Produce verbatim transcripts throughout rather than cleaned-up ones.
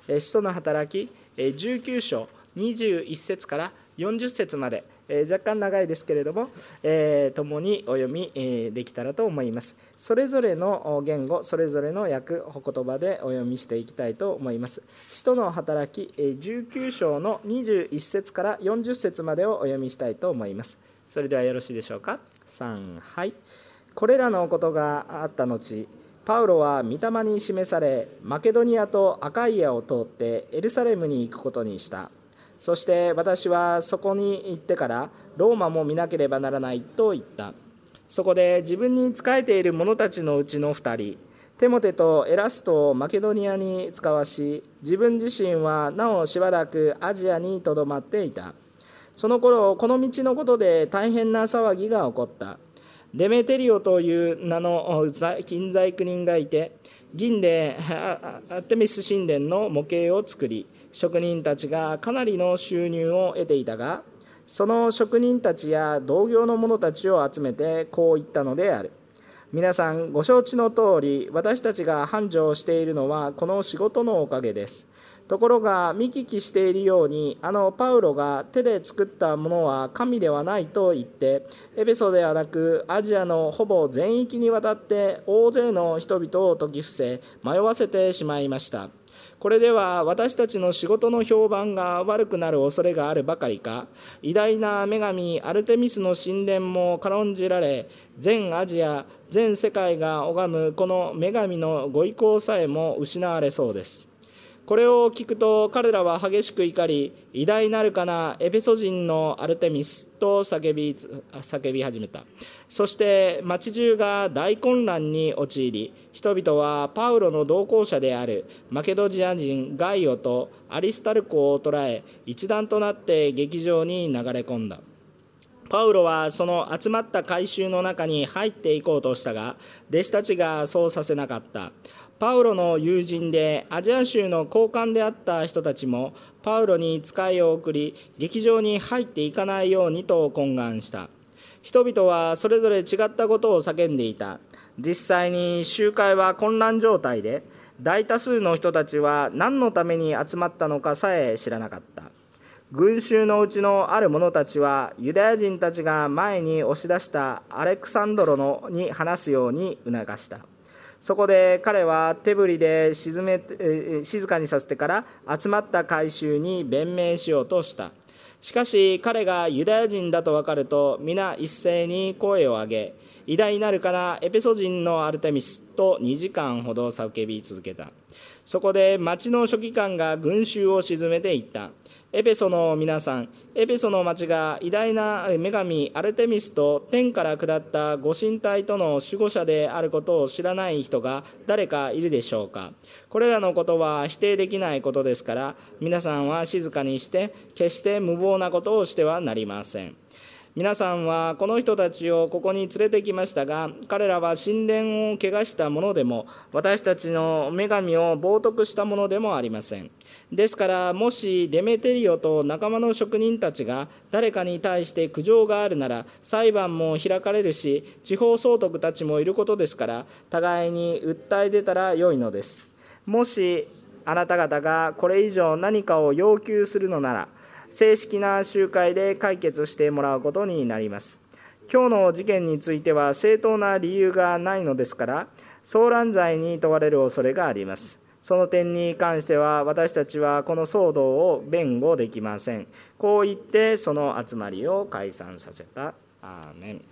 使徒の働きじゅうきゅう章にじゅういち節からよんじゅっ節まで、若干長いですけれども、共にお読みできたらと思います。それぞれの言語、それぞれの訳、お言葉でお読みしていきたいと思います。使徒の働きじゅうきゅう章のにじゅういち節からよんじゅっ節までをお読みしたいと思います。それではよろしいでしょうか。さん、はい。これらのことがあった後、パウロは御霊に示され、マケドニアとアカイアを通ってエルサレムに行くことにした。そして私はそこに行ってからローマも見なければならないと言った。そこで自分に仕えている者たちのうちのふたり、テモテとエラストをマケドニアに使わし、自分自身はなおしばらくアジアにとどまっていた。その頃、この道のことで大変な騒ぎが起こった。デメテリオという名の金細工人がいて、銀でアテミス神殿の模型を作り、職人たちがかなりの収入を得ていたが、その職人たちや同業の者たちを集めてこう言ったのである。皆さんご承知の通り、私たちが繁盛しているのはこの仕事のおかげです。ところが見聞きしているように、あのパウロが手で作ったものは神ではないと言って、エペソではなくアジアのほぼ全域にわたって大勢の人々を説き伏せ、迷わせてしまいました。これでは私たちの仕事の評判が悪くなる恐れがあるばかりか、偉大な女神アルテミスの神殿も軽んじられ、全アジア全世界が拝むこの女神のご意向さえも失われそうです。これを聞くと彼らは激しく怒り、偉大なるかなエペソ人のアルテミスと叫び叫び始めた。そして町中が大混乱に陥り、人々はパウロの同行者であるマケドニア人ガイオとアリスタルコを捕らえ、一団となって劇場に流れ込んだ。パウロはその集まった会衆の中に入っていこうとしたが、弟子たちがそうさせなかった。パウロの友人でアジア州の高官であった人たちもパウロに使いを送り、劇場に入っていかないようにと懇願した。人々はそれぞれ違ったことを叫んでいた。実際に集会は混乱状態で、大多数の人たちは何のために集まったのかさえ知らなかった。群衆のうちのある者たちはユダヤ人たちが前に押し出したアレクサンドロのに話すように促した。そこで彼は手振りで静め静かにさせてから集まった会衆に弁明しようとした。しかし彼がユダヤ人だと分かると、皆一斉に声を上げ、偉大なるかなエペソ人のアルテミスとにじかんほど叫び続けた。そこで町の書記官が群衆を鎮めていった。エペソの皆さん、エペソの町が偉大な女神アルテミスと天から下ったご神体との守護者であることを知らない人が誰かいるでしょうか。これらのことは否定できないことですから、皆さんは静かにして決して無謀なことをしてはなりません。皆さんはこの人たちをここに連れてきましたが、彼らは神殿を汚したものでも、私たちの女神を冒涜したものでもありません。ですから、もしデメテリオと仲間の職人たちが誰かに対して苦情があるなら、裁判も開かれるし、地方総督たちもいることですから、互いに訴え出たらよいのです。もしあなた方がこれ以上何かを要求するのなら、正式な集会で解決してもらうことになります。今日の事件については正当な理由がないのですから、騒乱罪に問われる恐れがあります。その点に関しては、私たちはこの騒動を弁護できません。こう言ってその集まりを解散させた。アーメン。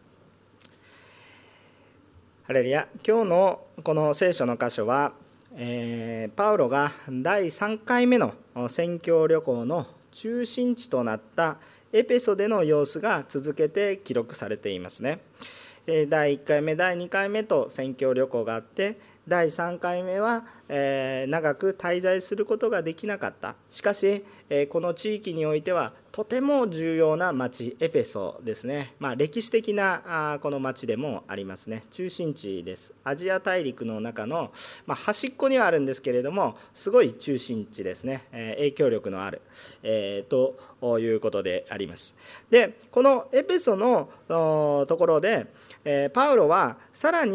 ハレルヤ。今日のこの聖書の箇所は、えー、パウロがだいさんかいめの宣教旅行の中心地となったエペソでの様子が続けて記録されていますね。だいいっかいめ、だいにかいめと宣教旅行があって、だいさんかいめは、えー、長く滞在することができなかった。しかし、えー、この地域においてはとても重要な町、エペソですね。まあ、歴史的なあこの町でもありますね。中心地です。アジア大陸の中の、まあ、端っこにはあるんですけれども、すごい中心地ですね。えー、影響力のある、えー、ということであります。で、このエペソのところで、えー、パウロはさらに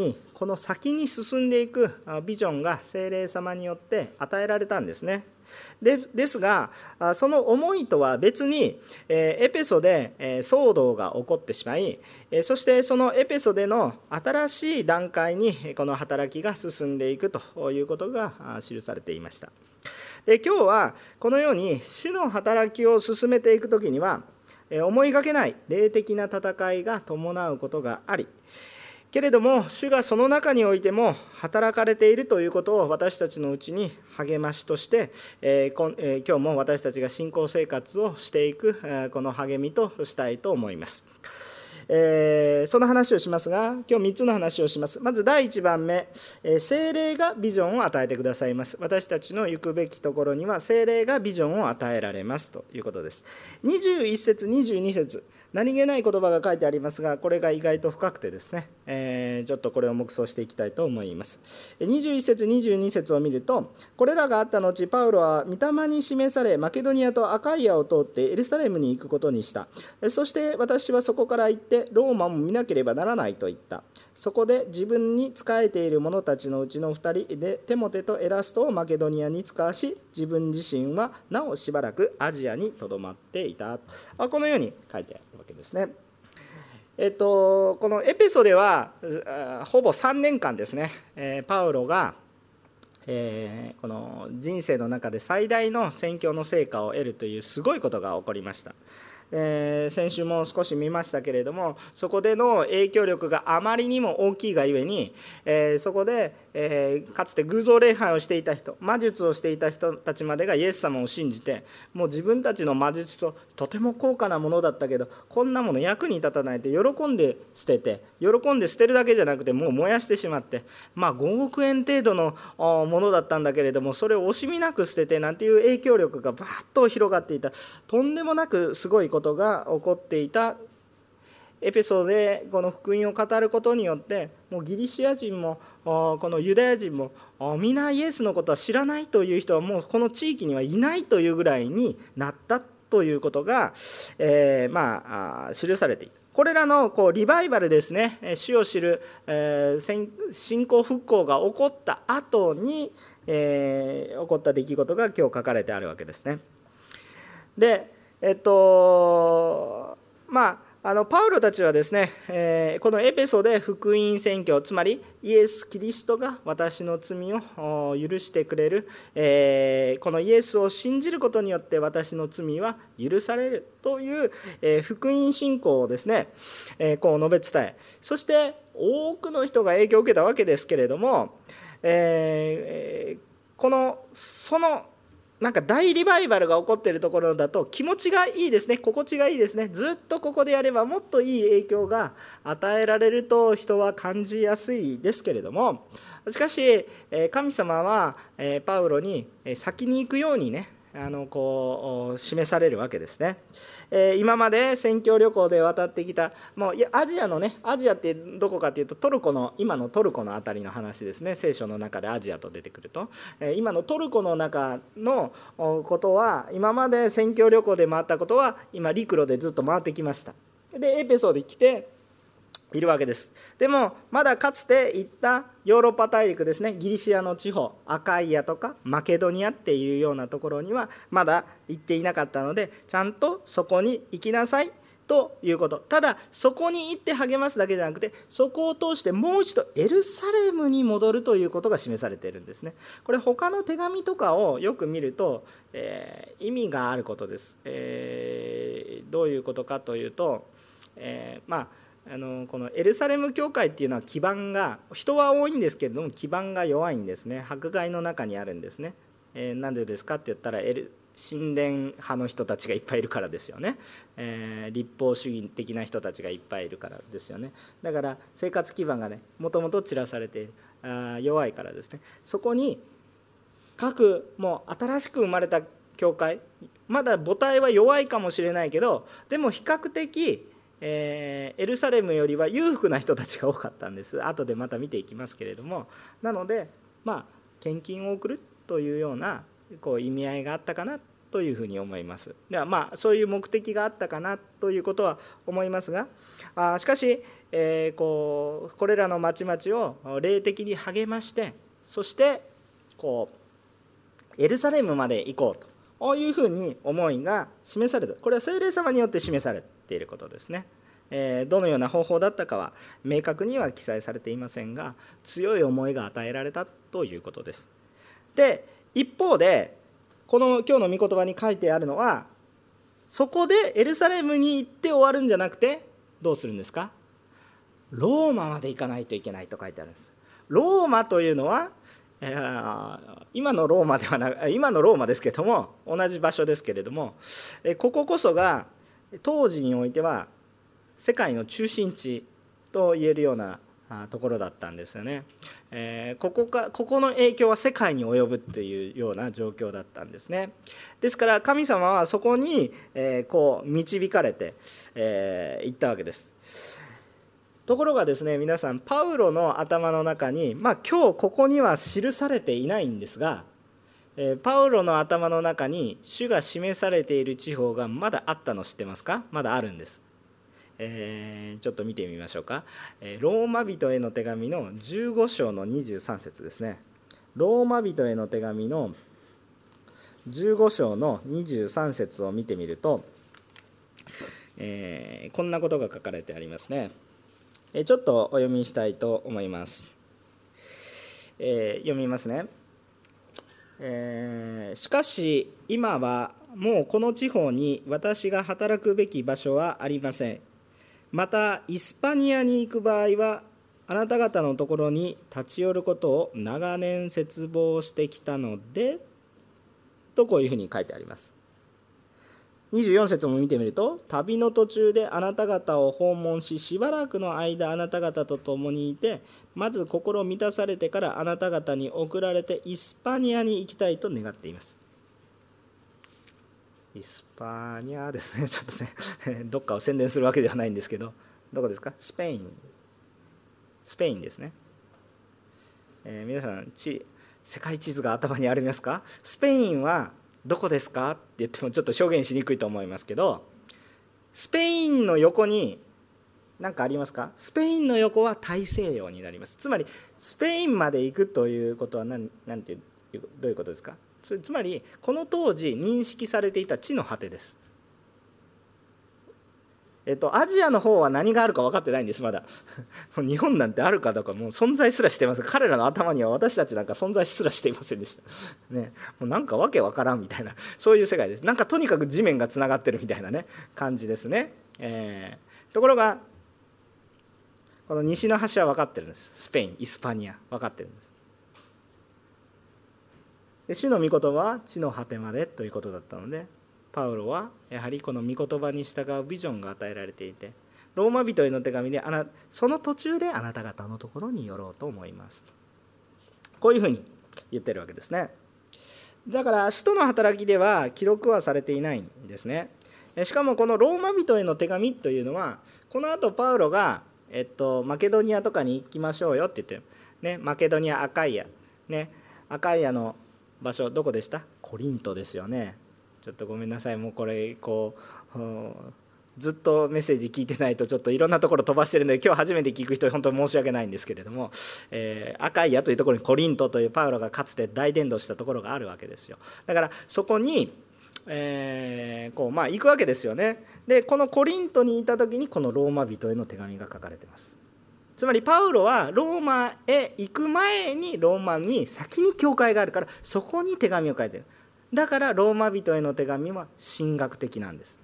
この先に進んでいくビジョンが聖霊様によって与えられたんですね。でですが、その思いとは別にエペソで騒動が起こってしまい、そしてそのエペソでの新しい段階にこの働きが進んでいくということが記されていました。で今日はこのように主の働きを進めていくときには、思いがけない霊的な戦いが伴うことがあり、けれども主がその中においても働かれているということを私たちのうちに励ましとして、えーこえー、今日も私たちが信仰生活をしていく、えー、この励みとしたいと思います。えー、その話をしますが、今日みっつの話をします。まずだいいちばんめ、えー、聖霊がビジョンを与えてくださいます。私たちの行くべきところには聖霊がビジョンを与えられますということです。にじゅういっ節にじゅうに節、何気ない言葉が書いてありますが、これが意外と深くてですね、えー、ちょっとこれを黙想していきたいと思います。にじゅういっ節にじゅうに節を見ると、これらがあった後、パウロは御霊に示され、マケドニアとアカイアを通ってエルサレムに行くことにした。そして私はそこから行ってローマも見なければならないと言った。そこで自分に仕えている者たちのうちのふたりでテモテとエラストをマケドニアに使わし、自分自身はなおしばらくアジアにとどまっていた。このように書いてあるわけですね。えっと、このエペソではほぼさんねんかんですね、パウロがえー、この人生の中で最大の宣教の成果を得るというすごいことが起こりました。えー、先週も少し見ましたけれども、そこでの影響力があまりにも大きいがゆえに、えー、そこで、えー、かつて偶像礼拝をしていた人、魔術をしていた人たちまでがイエス様を信じて、もう自分たちの魔術ととても高価なものだったけど、こんなもの役に立たないと喜んで捨てて、喜んで捨てるだけじゃなくてもう燃やしてしまって、まあごおくえん程度のものだったんだけれども、それを惜しみなく捨ててなんていう影響力がバーッと広がっていた。とんでもなくすごいことが起こっていたエペソでこの福音を語ることによって、もうギリシア人もこのユダヤ人も皆イエスのことは知らないという人はもうこの地域にはいないというぐらいになったということが、えー、まあ記されている。これらのこうリバイバルですね、主を知る、えー、信仰復興が起こった後に、えー、起こった出来事が今日書かれてあるわけですね。でえっとまああのパウロたちはですね、えー、このエペソで福音宣教、つまりイエス・キリストが私の罪を許してくれる、えー、このイエスを信じることによって私の罪は許されるという、えー、福音信仰をですね、えー、こう述べ伝え、そして多くの人が影響を受けたわけですけれども、えー、このそのなんか大リバイバルが起こっているところだと気持ちがいいですね、心地がいいですね、ずっとここでやればもっといい影響が与えられると人は感じやすいですけれども、しかし神様はパウロに先に行くようにね、あのこう示されるわけですね。今まで宣教旅行で渡ってきた、もういやアジアのね、アジアってどこかというとトルコの、今のトルコのあたりの話ですね。聖書の中でアジアと出てくると、今のトルコの中のことは、今まで宣教旅行で回ったことは今陸路でずっと回ってきました。でエペソで来ているわけです。でもまだかつて行ったヨーロッパ大陸ですね、ギリシアの地方、アカイアとかマケドニアっていうようなところにはまだ行っていなかったので、ちゃんとそこに行きなさいということ。ただそこに行って励ますだけじゃなくて、そこを通してもう一度エルサレムに戻るということが示されているんですね。これ他の手紙とかをよく見ると、えー、意味があることです。えー、どういうことかというと、えー、まああのこのエルサレム教会っていうのは基盤が、人は多いんですけれども基盤が弱いんですね。迫害の中にあるんですね。えー、なんでですかって言ったら、エル神殿派の人たちがいっぱいいるからですよね。えー、立法主義的な人たちがいっぱいいるからですよね。だから生活基盤がね、もともと散らされている、あ弱いからですね。そこに各もう新しく生まれた教会、まだ母体は弱いかもしれないけど、でも比較的えー、エルサレムよりは裕福な人たちが多かったんです。後でまた見ていきますけれども、なのでまあ献金を送るというようなこう意味合いがあったかなというふうに思います。ではまあそういう目的があったかなということは思いますが、あしかし、えー、こうこれらの町々を霊的に励まして、そしてこうエルサレムまで行こうと、こういうふうに思いが示された。これは聖霊様によって示されていることですね。えー、どのような方法だったかは明確には記載されていませんが、強い思いが与えられたということです。で一方でこの今日の御言葉に書いてあるのは、そこでエルサレムに行って終わるんじゃなくて、どうするんですか？ローマまで行かないといけないと書いてあるんです。ローマというのは、えー、今のローマではな今のローマですけれども、同じ場所ですけれども、こここそが当時においては世界の中心地と言えるようなところだったんですよね。えー、ここかここの影響は世界に及ぶというような状況だったんですね。ですから神様はそこに、えー、こう導かれて、えー、行ったわけです。ところがですね、皆さんパウロの頭の中に、まあ今日ここには記されていないんですが、えー、パウロの頭の中に主が示されている地方がまだあったの知ってますか？まだあるんです。えー、ちょっと見てみましょうか。ローマ人への手紙のじゅうご章のにじゅうさん節ですね。ローマ人への手紙のじゅうご章のにじゅうさん節を見てみると、えー、こんなことが書かれてありますね。ちょっとお読みしたいと思います。えー、読みますね。えー、しかし今はもうこの地方に私が働くべき場所はありません。またイスパニアに行く場合はあなた方のところに立ち寄ることを長年切望してきたのでと、こういうふうに書いてあります。にじゅうよん節も見てみると、旅の途中であなた方を訪問し、しばらくの間あなた方と共にいて、まず心満たされてからあなた方に送られてイスパニアに行きたいと願っています。イスパニアですね。ちょっとねどっかを宣伝するわけではないんですけど、どこですか？スペインスペインですね。えー、皆さん地世界地図が頭にありますか？スペインはどこですかって言ってもちょっと表現しにくいと思いますけど、スペインの横に何かありますか？スペインの横は大西洋になります。つまりスペインまで行くということは何、何ていう、どういうことですか？つまりこの当時認識されていた地の果てです。えっと、アジアの方は何があるか分かってないんです。まだ日本なんてあるかどうかもう存在すらしていません。彼らの頭には私たちなんか存在すらしていませんでした、ね、もうなんかわけわからんみたいな、そういう世界です。なんかとにかく地面がつながってるみたいなね感じですね。えー、ところがこの西の端は分かってるんです。スペイン、イスパニア分かってるんです。で主の御言葉は地の果てまでということだったので、パウロはやはりこの御言葉に従うビジョンが与えられていて、ローマ人への手紙であなその途中であなた方のところに寄ろうと思いますと、こういうふうに言ってるわけですね。だから使徒の働きでは記録はされていないんですね。しかもこのローマ人への手紙というのは、この後パウロが、えっと、マケドニアとかに行きましょうよって言ってる、ね、マケドニア、アカイア、ね、アカイアの場所どこでした？コリントですよね。ちょっとごめんなさい、もうこれこうずっとメッセージ聞いてないとちょっといろんなところ飛ばしてるので、今日初めて聞く人本当に申し訳ないんですけれども、えー、アカイアというところにコリントというパウロがかつて大伝道したところがあるわけですよ。だからそこに、えーこうまあ、行くわけですよね。でこのコリントにいた時にこのローマ人への手紙が書かれています。つまりパウロはローマへ行く前にローマに先に教会があるから、そこに手紙を書いている。だからローマ人への手紙は神学的なんです。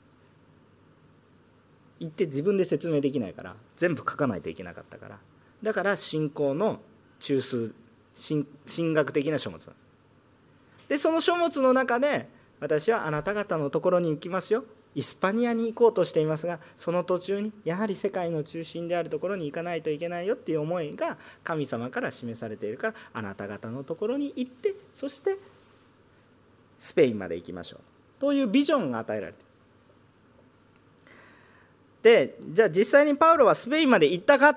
言って自分で説明できないから全部書かないといけなかったから、だから信仰の中枢、神学的な書物で、その書物の中で私はあなた方のところに行きますよ、イスパニアに行こうとしていますが、その途中にやはり世界の中心であるところに行かないといけないよっていう思いが神様から示されているから、あなた方のところに行って、そしてスペインまで行きましょうというビジョンが与えられている。でじゃあ実際にパウロはスペインまで行ったか。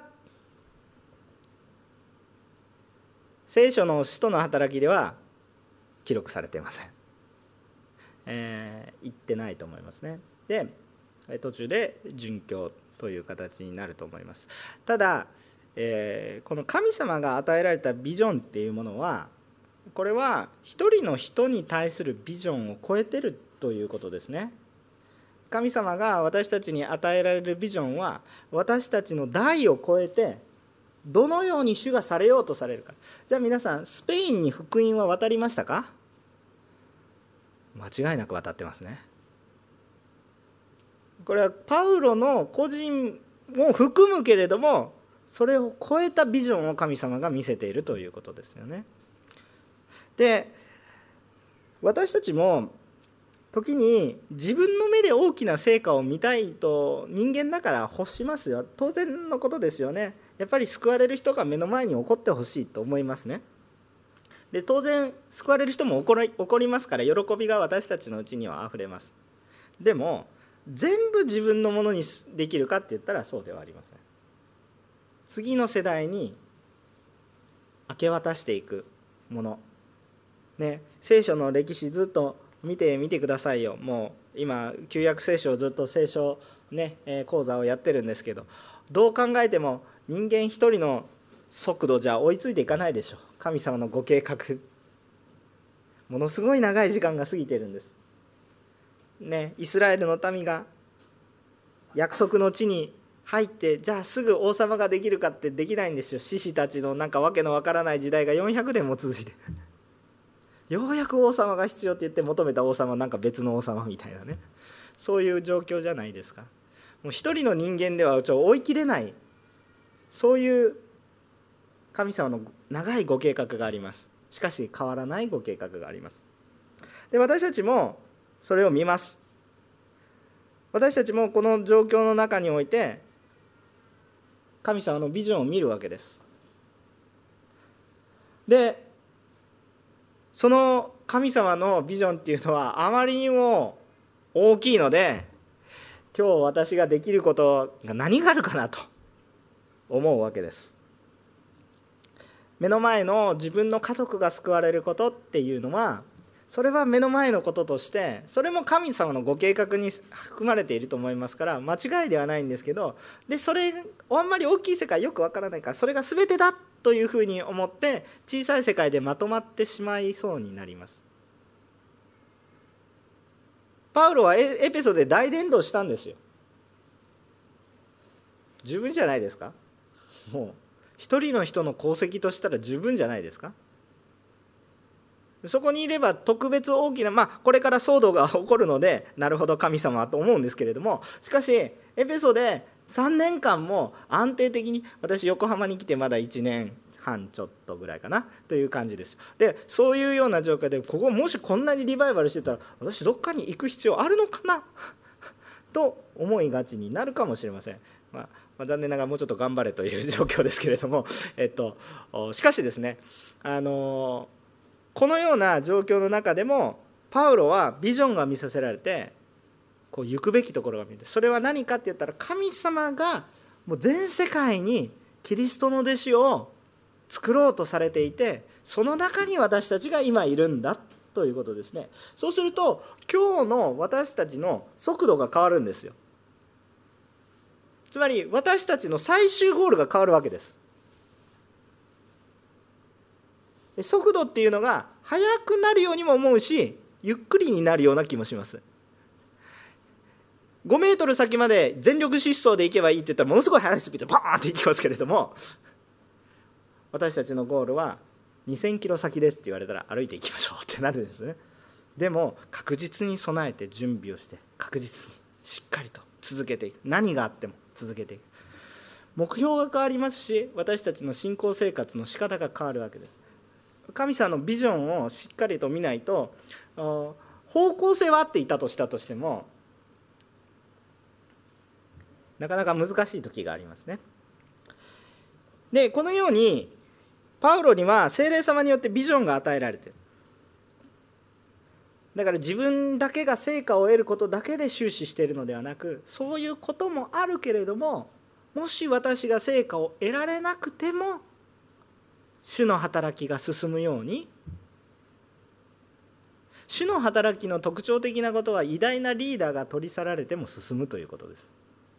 聖書の使徒の働きでは記録されていません。 えー、行ってないと思いますね。で途中で殉教という形になると思います。ただ、えー、この神様が与えられたビジョンっていうものは、これは一人の人に対するビジョンを超えてるということですね。神様が私たちに与えられるビジョンは、私たちの代を超えてどのように主がされようとされるか。じゃあ皆さん、スペインに福音は渡りましたか？間違いなく渡ってますね。これはパウロの個人も含むけれども、それを超えたビジョンを神様が見せているということですよね。で、私たちも時に自分の目で大きな成果を見たいと人間だから欲しますよ。当然のことですよね。やっぱり救われる人が目の前に起こってほしいと思いますね。で、当然救われる人も起こり、起こりますから、喜びが私たちのうちにはあふれます。でも全部自分のものにできるかって言ったらそうではありません。次の世代に明け渡していくもの、ね、聖書の歴史ずっと見てみてくださいよ。もう今旧約聖書をずっと聖書、ね、講座をやってるんですけど、どう考えても人間一人の速度じゃ追いついていかないでしょ。神様のご計画、ものすごい長い時間が過ぎてるんです、ね、イスラエルの民が約束の地に入って、じゃあすぐ王様ができるかってできないんですよ。獅子たちのなんかわけのわからない時代がよんひゃくねんも続いてようやく王様が必要って言って求めた王様はなんか別の王様みたいなね、そういう状況じゃないですか。もう一人の人間ではちょ追い切れない、そういう神様の長いご計画があります。しかし変わらないご計画があります。で、私たちもそれを見ます。私たちもこの状況の中において神様のビジョンを見るわけです。で、その神様のビジョンっていうのはあまりにも大きいので、今日私ができることが何があるかなと思うわけです。目の前の自分の家族が救われることっていうのは、それは目の前のこととして、それも神様のご計画に含まれていると思いますから間違いではないんですけど、でそれあんまり大きい世界よくわからないから、それが全てだというふうに思って小さい世界でまとまってしまいそうになります。パウロはエペソで大伝道したんですよ。十分じゃないですか。もう一人の人の功績としたら十分じゃないですか。そこにいれば特別大きな、まあこれから騒動が起こるので、なるほど神様はと思うんですけれども、しかしエペソでさんねんかんも安定的に、私横浜に来てまだいちねんはんちょっとぐらいかなという感じです。でそういうような状況で、ここもしこんなにリバイバルしてたら私どっかに行く必要あるのかなと思いがちになるかもしれません。まあまあ、残念ながらもうちょっと頑張れという状況ですけれども、えっと、しかしですね、あのこのような状況の中でもパウロはビジョンが見させられて、こう行くべきところが見えて、それは何かって言ったら、神様がもう全世界にキリストの弟子を作ろうとされていて、その中に私たちが今いるんだということですね。そうすると今日の私たちの速度が変わるんですよ。つまり私たちの最終ゴールが変わるわけです。速度っていうのが速くなるようにも思うし、ゆっくりになるような気もします。ごメートル先まで全力疾走で行けばいいって言ったらものすごい速いスピードでバーンって行きますけれども、私たちのゴールはにせんキロ先ですって言われたら歩いていきましょうってなるんですね。でも確実に備えて準備をして、確実にしっかりと続けていく。何があっても続けていく。目標が変わりますし、私たちの信仰生活の仕方が変わるわけです。神様のビジョンをしっかりと見ないと、方向性は合っていたとしたとしてもなかなか難しい時がありますね。でこのようにパウロには聖霊様によってビジョンが与えられている。だから自分だけが成果を得ることだけで終始しているのではなく、そういうこともあるけれども、もし私が成果を得られなくても主の働きが進むように、 主の働きの特徴的なことは、偉大なリーダーが取り去られても進むということです。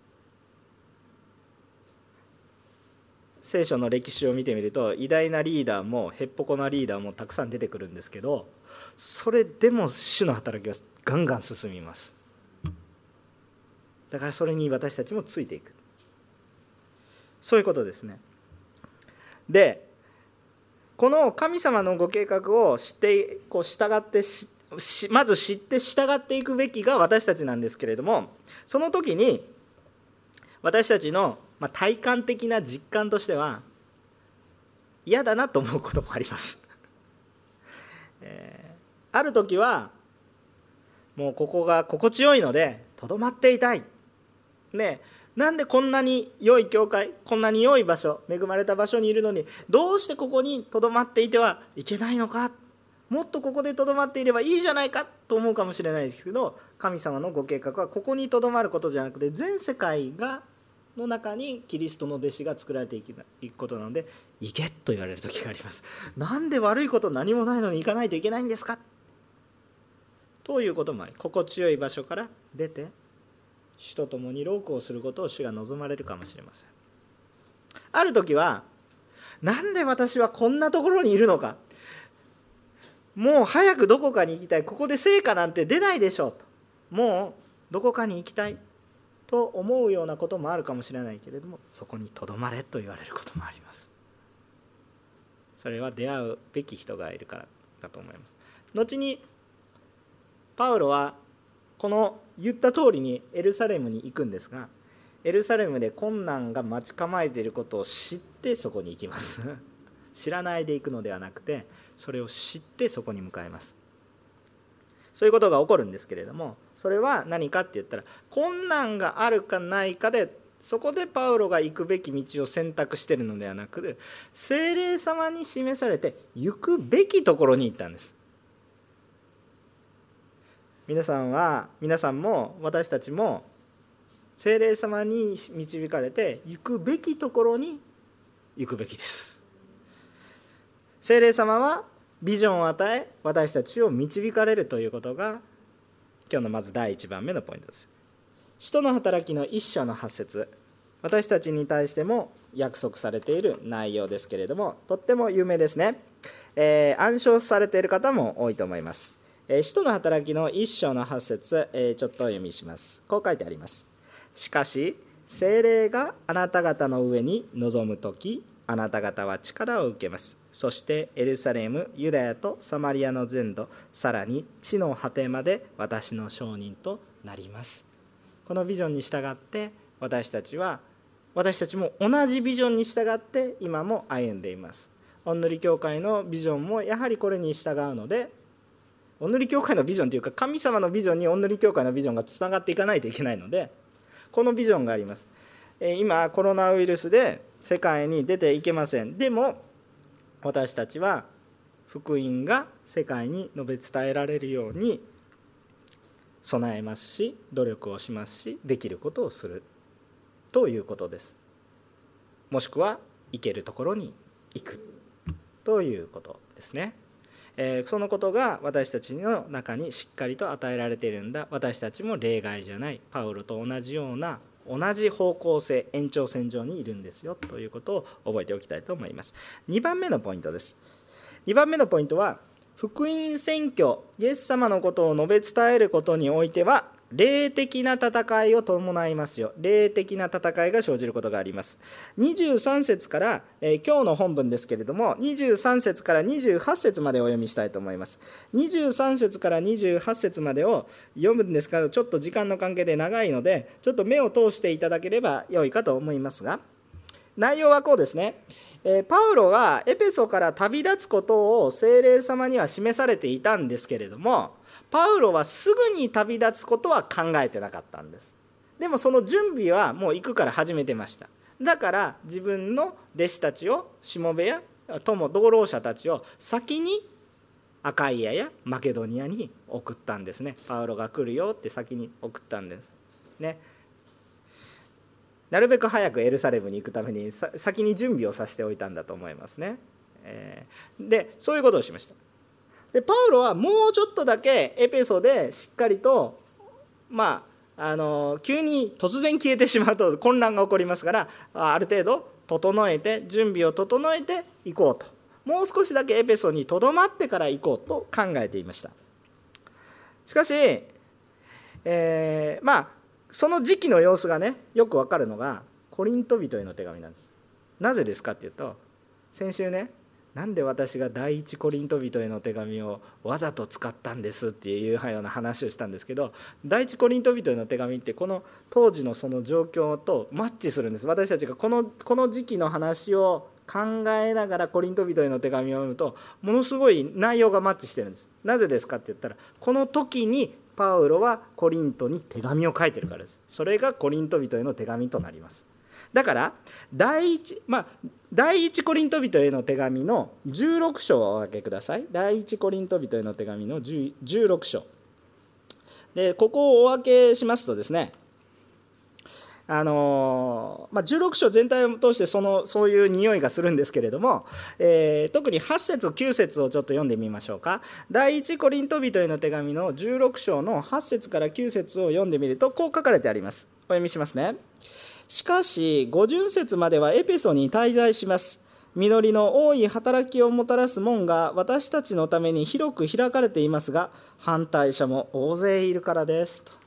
聖書の歴史を見てみると、偉大なリーダーもへっぽこなリーダーもたくさん出てくるんですけど、それでも主の働きはガンガン進みます。だからそれに私たちもついていく、そういうことですね。で、この神様のご計画を知ってこう従ってしまず知って従っていくべきが私たちなんですけれども、その時に私たちの体感的な実感としては嫌だなと思うこともあります、えー、ある時はもうここが心地よいのでとどまっていたい、ね、なんでこんなに良い教会、こんなに良い場所、恵まれた場所にいるのにどうしてここにとどまっていてはいけないのか、もっとここでとどまっていればいいじゃないかと思うかもしれないですけど、神様のご計画はここにとどまることじゃなくて、全世界がの中にキリストの弟子が作られていくことなので、行けと言われる時があります。なんで悪いこと何もないのに行かないといけないんですかということもあり、心地よい場所から出て主と共に労苦をすることを主が望まれるかもしれません。ある時は、なんで私はこんなところにいるのか、もう早くどこかに行きたい、ここで成果なんて出ないでしょうと、もうどこかに行きたいと思うようなこともあるかもしれないけれども、そこにとどまれと言われることもあります。それは出会うべき人がいるからだと思います。後にパウロはこの言った通りにエルサレムに行くんですが、エルサレムで困難が待ち構えていることを知ってそこに行きます知らないで行くのではなくて、それを知ってそこに向かいます。そういうことが起こるんですけれども、それは何かって言ったら、困難があるかないかで、そこでパウロが行くべき道を選択しているのではなく、聖霊様に示されて行くべきところに行ったんです。皆さんは皆さんも私たちも聖霊様に導かれて行くべきところに行くべきです。聖霊様はビジョンを与え、私たちを導かれるということが今日のまずだいいちばんめのポイントです。使徒の働きの一章のはち節、私たちに対しても約束されている内容ですけれども、とっても有名ですね。えー、暗唱されている方も多いと思います。えー、使徒の働きの一章のはち節、えー、ちょっとお読みします。こう書いてあります。しかし聖霊があなた方の上に臨むとき、あなた方は力を受けます。そしてエルサレム、ユダヤとサマリアの全土、さらに地の果てまで私の証人となります。このビジョンに従って私たちは私たちも同じビジョンに従って今も歩んでいます。御塗教会のビジョンもやはりこれに従うので、御塗教会のビジョンというか、神様のビジョンに御塗教会のビジョンがつながっていかないといけないので、このビジョンがあります。今コロナウイルスで世界に出ていけません。でも私たちは福音が世界に述べ伝えられるように備えますし、努力をしますし、できることをするということです。もしくは行けるところに行くということですね。えー、そのことが私たちの中にしっかりと与えられているんだ。私たちも例外じゃない、パウロと同じような同じ方向性、延長線上にいるんですよということを覚えておきたいと思います。にばんめのポイントです。にばんめのポイントは、福音宣教、イエス様のことを述べ伝えることにおいては霊的な戦いを伴いますよ。霊的な戦いが生じることがあります。にじゅうさん節から、えー、今日の本文ですけれども、にじゅうさん節からにじゅうはち節までお読みしたいと思います。にじゅうさん節からにじゅうはち節までを読むんですが、ちょっと時間の関係で長いので、ちょっと目を通していただければ良いかと思いますが、内容はこうですね。えー、パウロがエペソから旅立つことを聖霊様には示されていたんですけれども、パウロはすぐに旅立つことは考えてなかったんです。でもその準備はもう行くから始めてました。だから自分の弟子たちを、しもべや友同労者たちを先にアカイアやマケドニアに送ったんですね。パウロが来るよって先に送ったんですね。なるべく早くエルサレムに行くために先に準備をさせておいたんだと思いますね。えー、でそういうことをしました。 でパウロはもうちょっとだけエペソでしっかりとまああの急に突然消えてしまうと混乱が起こりますから、ある程度整えて準備を整えていこうと、もう少しだけエペソにとどまってから行こうと考えていました。しかし、えー、まあその時期の様子がねよく分かるのがコリント人への手紙なんです。なぜですかっていうと、先週ね、なんで私が第一コリント人への手紙をわざと使ったんですっていうような話をしたんですけど、第一コリント人への手紙ってこの当時のその状況とマッチするんです。私たちがこのこの時期の話を考えながらコリント人への手紙を読むとものすごい内容がマッチしてるんです。なぜですかって言ったら、この時にパウロはコリントに手紙を書いてるからです。それがコリント人への手紙となります。だから第一、まあ、第一コリント人への手紙のじゅうろく章をお開けください。第一コリント人への手紙のじゅうろく章で、ここをお開けしますとですね、あのまあ、じゅうろく章全体を通してそのそういう匂いがするんですけれども、えー、特にはち節きゅう節をちょっと読んでみましょうか。第一コリント人への手紙のじゅうろく章のはち節からきゅう節を読んでみるとこう書かれてあります。お読みしますね。しかしごじゅう節まではエペソに滞在します。実りの多い働きをもたらす門が私たちのために広く開かれていますが、反対者も大勢いるからですと。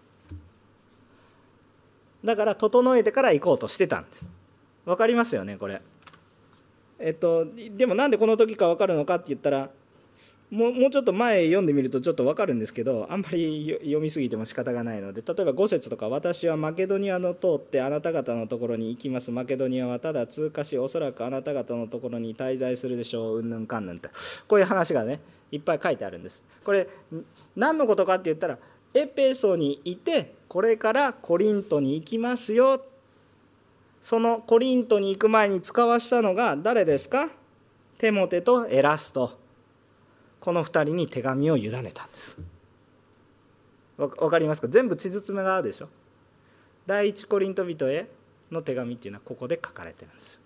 だから整えてから行こうとしてたんです。わかりますよねこれ。えっとでもなんでこの時か分かるのかって言ったら、もう、もうちょっと前読んでみるとちょっと分かるんですけど、あんまり読みすぎても仕方がないので、例えばご節とか、私はマケドニアの通ってあなた方のところに行きます。マケドニアはただ通過し、おそらくあなた方のところに滞在するでしょう、うんぬんかんぬんって、こういう話がねいっぱい書いてあるんです。これ何のことかって言ったら、エペソにいてこれからコリントに行きますよ。そのコリントに行く前に使わしたのが誰ですか？テモテとエラスト、このふたりに手紙を委ねたんです。わかりますか？全部地図詰めがあるでしょ。第一コリント人への手紙っていうのはここで書かれてるんですよ。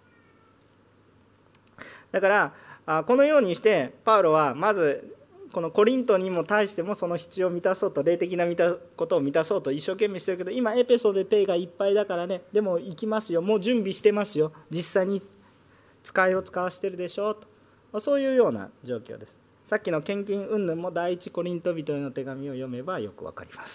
だからこのようにしてパウロはまずこのコリントにも対してもその必要を満たそうと、霊的なことを満たそうと一生懸命してるけど、今エペソで手がいっぱいだからね、でも行きますよ、もう準備してますよ、実際に使いを使わしてるでしょと、そういうような状況です。さっきの献金云々も第一コリント人への手紙を読めばよくわかります。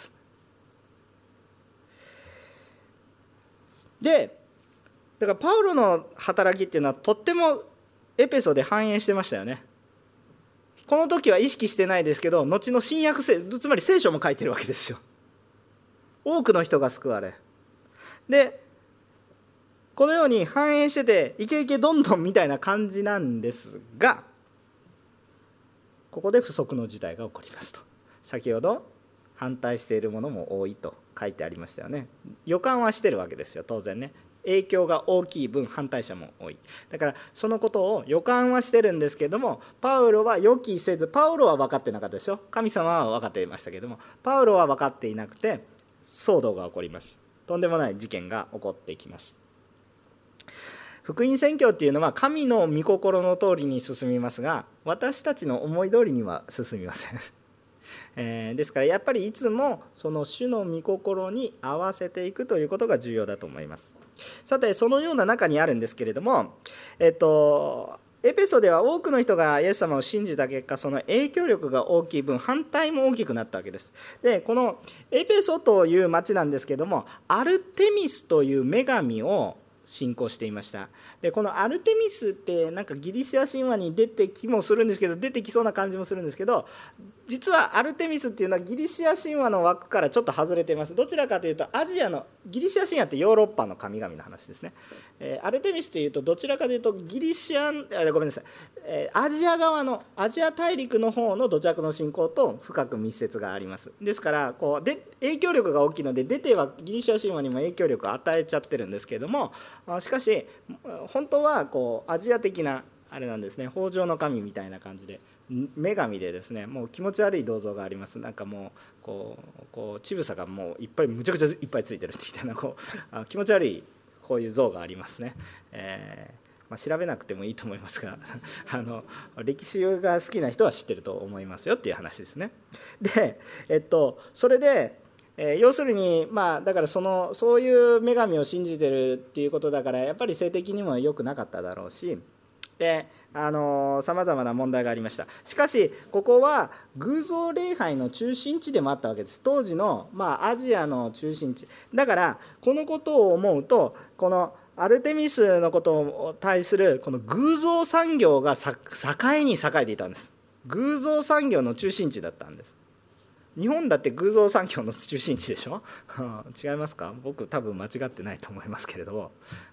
でだからパウロの働きっていうのはとってもエペソで反映してましたよね。この時は意識してないですけど、後の新約聖、つまり聖書も書いてるわけですよ。多くの人が救われ、でこのように反映しててイケイケどんどんみたいな感じなんですが、ここで不測の事態が起こりますと。先ほど反対しているものも多いと書いてありましたよね。予感はしてるわけですよ、当然ね。影響が大きい分反対者も多い。だからそのことを予感はしてるんですけども、パウロは予期せず、パウロは分かってなかったでしょ。神様は分かっていましたけども、パウロは分かっていなくて騒動が起こります。とんでもない事件が起こってきます。福音宣教っていうのは神の御心の通りに進みますが、私たちの思い通りには進みません。えー、ですからやっぱりいつもその主の御心に合わせていくということが重要だと思います。さてそのような中にあるんですけれども、えっとエペソでは多くの人がイエス様を信じた結果、その影響力が大きい分反対も大きくなったわけです。でこのエペソという町なんですけれども、アルテミスという女神を信仰していました。でこのアルテミスってなんかギリシア神話に出てきもするんですけど、出てきそうな感じもするんですけど、実はアルテミスっていうのはギリシア神話の枠からちょっと外れています。どちらかというとアジアの、ギリシア神話ってヨーロッパの神々の話ですね。えー、アルテミスっていうとどちらかというとギリシアンあごめんなさい、えー、アジア側のアジア大陸の方の土着の信仰と深く密接があります。ですからこうで影響力が大きいので、出てはギリシア神話にも影響力を与えちゃってるんですけれども、しかし本当はこうアジア的なあれなんですね。豊穣の神みたいな感じで、女神でですね、もう気持ち悪い銅像があります。なんかもうこうこう乳房がもういっぱいむちゃくちゃいっぱいついてるみたいな、こう気持ち悪いこういう像がありますね。えーまあ、調べなくてもいいと思いますがあの歴史が好きな人は知ってると思いますよっていう話ですね。で、えっと、それで、えー、要するに、まあ、だからそのそういう女神を信じてるっていうことだからやっぱり性的にも良くなかっただろうし、でさまざまな問題がありました。しかしここは偶像礼拝の中心地でもあったわけです。当時の、まあ、アジアの中心地だから、このことを思うとこのアルテミスのことを対するこの偶像産業が栄に栄えていたんです。偶像産業の中心地だったんです。日本だって偶像産業の中心地でしょ違いますか？僕多分間違ってないと思いますけれども、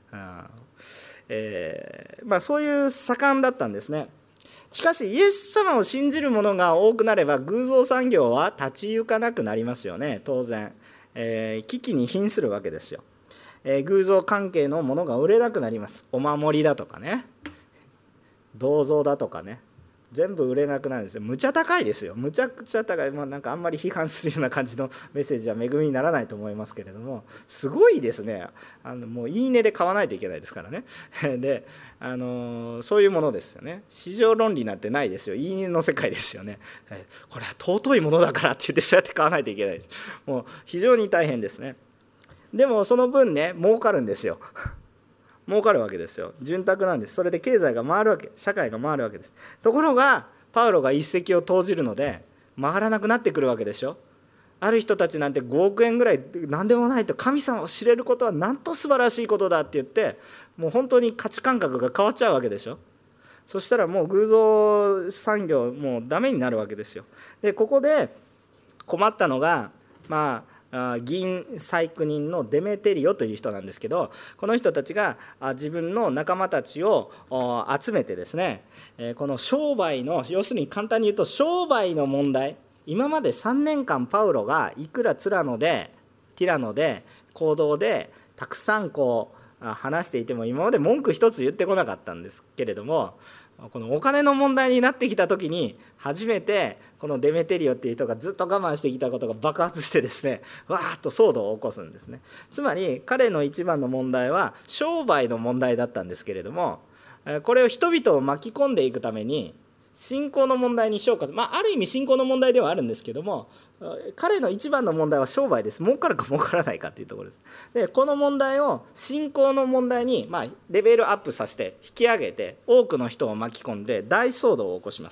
えーまあ、そういう盛んだったんですね。しかしイエス様を信じる者が多くなれば偶像産業は立ち行かなくなりますよね。当然、えー、危機に瀕するわけですよ。えー、偶像関係のものが売れなくなります。お守りだとかね、銅像だとかね、全部売れなくなるんですよ。むちゃ高いですよ。むちゃくちゃ高い、まあ、なんかあんまり批判するような感じのメッセージは恵みにならないと思いますけれども、すごいですね。あのもういいねで買わないといけないですからね。で、あのそういうものですよね。市場論理なんてないですよ。いいねの世界ですよね。これは尊いものだからって言ってそうやって買わないといけないです。もう非常に大変ですね。でもその分ね、儲かるんですよ。儲かるわけですよ。潤沢なんです。それで経済が回るわけ、社会が回るわけです。ところがパウロが一石を投じるので回らなくなってくるわけでしょ。ある人たちなんてごおくえんぐらい何でもないと、神様を知れることはなんと素晴らしいことだって言って、もう本当に価値感覚が変わっちゃうわけでしょ。そしたらもう偶像産業もうダメになるわけですよ。でここで困ったのが、まあ銀細工人のデメテリオという人なんですけど、この人たちが自分の仲間たちを集めてですね、この商売の、要するに簡単に言うと商売の問題、今までさんねんかんパウロがいくらツラノでティラノで行動でたくさんこう話していても今まで文句一つ言ってこなかったんですけれども、このお金の問題になってきた時に初めてこのデメテリオっていう人がずっと我慢してきたことが爆発してですね、わーっと騒動を起こすんですね。つまり彼の一番の問題は商売の問題だったんですけれども、これを人々を巻き込んでいくために信仰の問題に昇華、まあ、ある意味信仰の問題ではあるんですけども、彼の一番の問題は商売です。儲かるか儲からないかというところです。でこの問題を信仰の問題に、まあ、レベルアップさせて引き上げて多くの人を巻き込んで大騒動を起こします。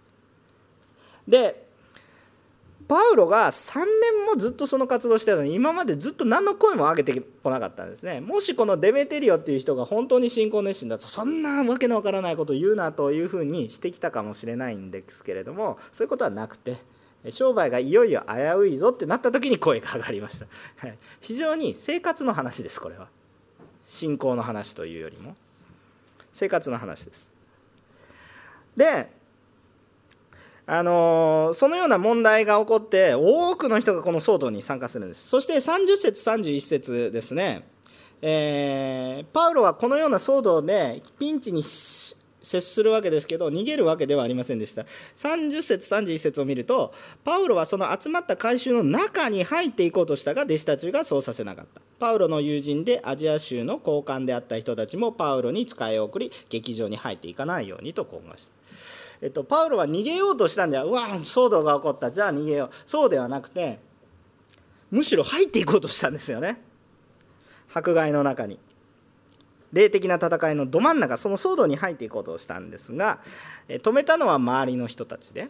でパウロがさんねんもずっとその活動してたのに今までずっと何の声も上げてこなかったんですね。もしこのデメテリオっていう人が本当に信仰熱心だと、そんなわけのわからないことを言うなというふうにしてきたかもしれないんですけれども、そういうことはなくて、商売がいよいよ危ういぞってなった時に声が上がりました。非常に生活の話です。これは信仰の話というよりも生活の話です。であのそのような問題が起こって多くの人がこの騒動に参加するんです。そしてさんじゅっ節さんじゅういち節ですね、えー、パウロはこのような騒動でピンチに接するわけですけど、逃げるわけではありませんでした。さんじゅっ節さんじゅういち節を見ると、パウロはその集まった会衆の中に入っていこうとしたが弟子たちがそうさせなかった。パウロの友人でアジア州の高官であった人たちもパウロに使いを送り、劇場に入っていかないようにと懇願した。えっと、パウロは逃げようとしたんでは、うわ騒動が起こった、じゃあ逃げよう、そうではなくて、むしろ入っていこうとしたんですよね。迫害の中に、霊的な戦いのど真ん中、その騒動に入っていこうとしたんですが、止めたのは周りの人たちで、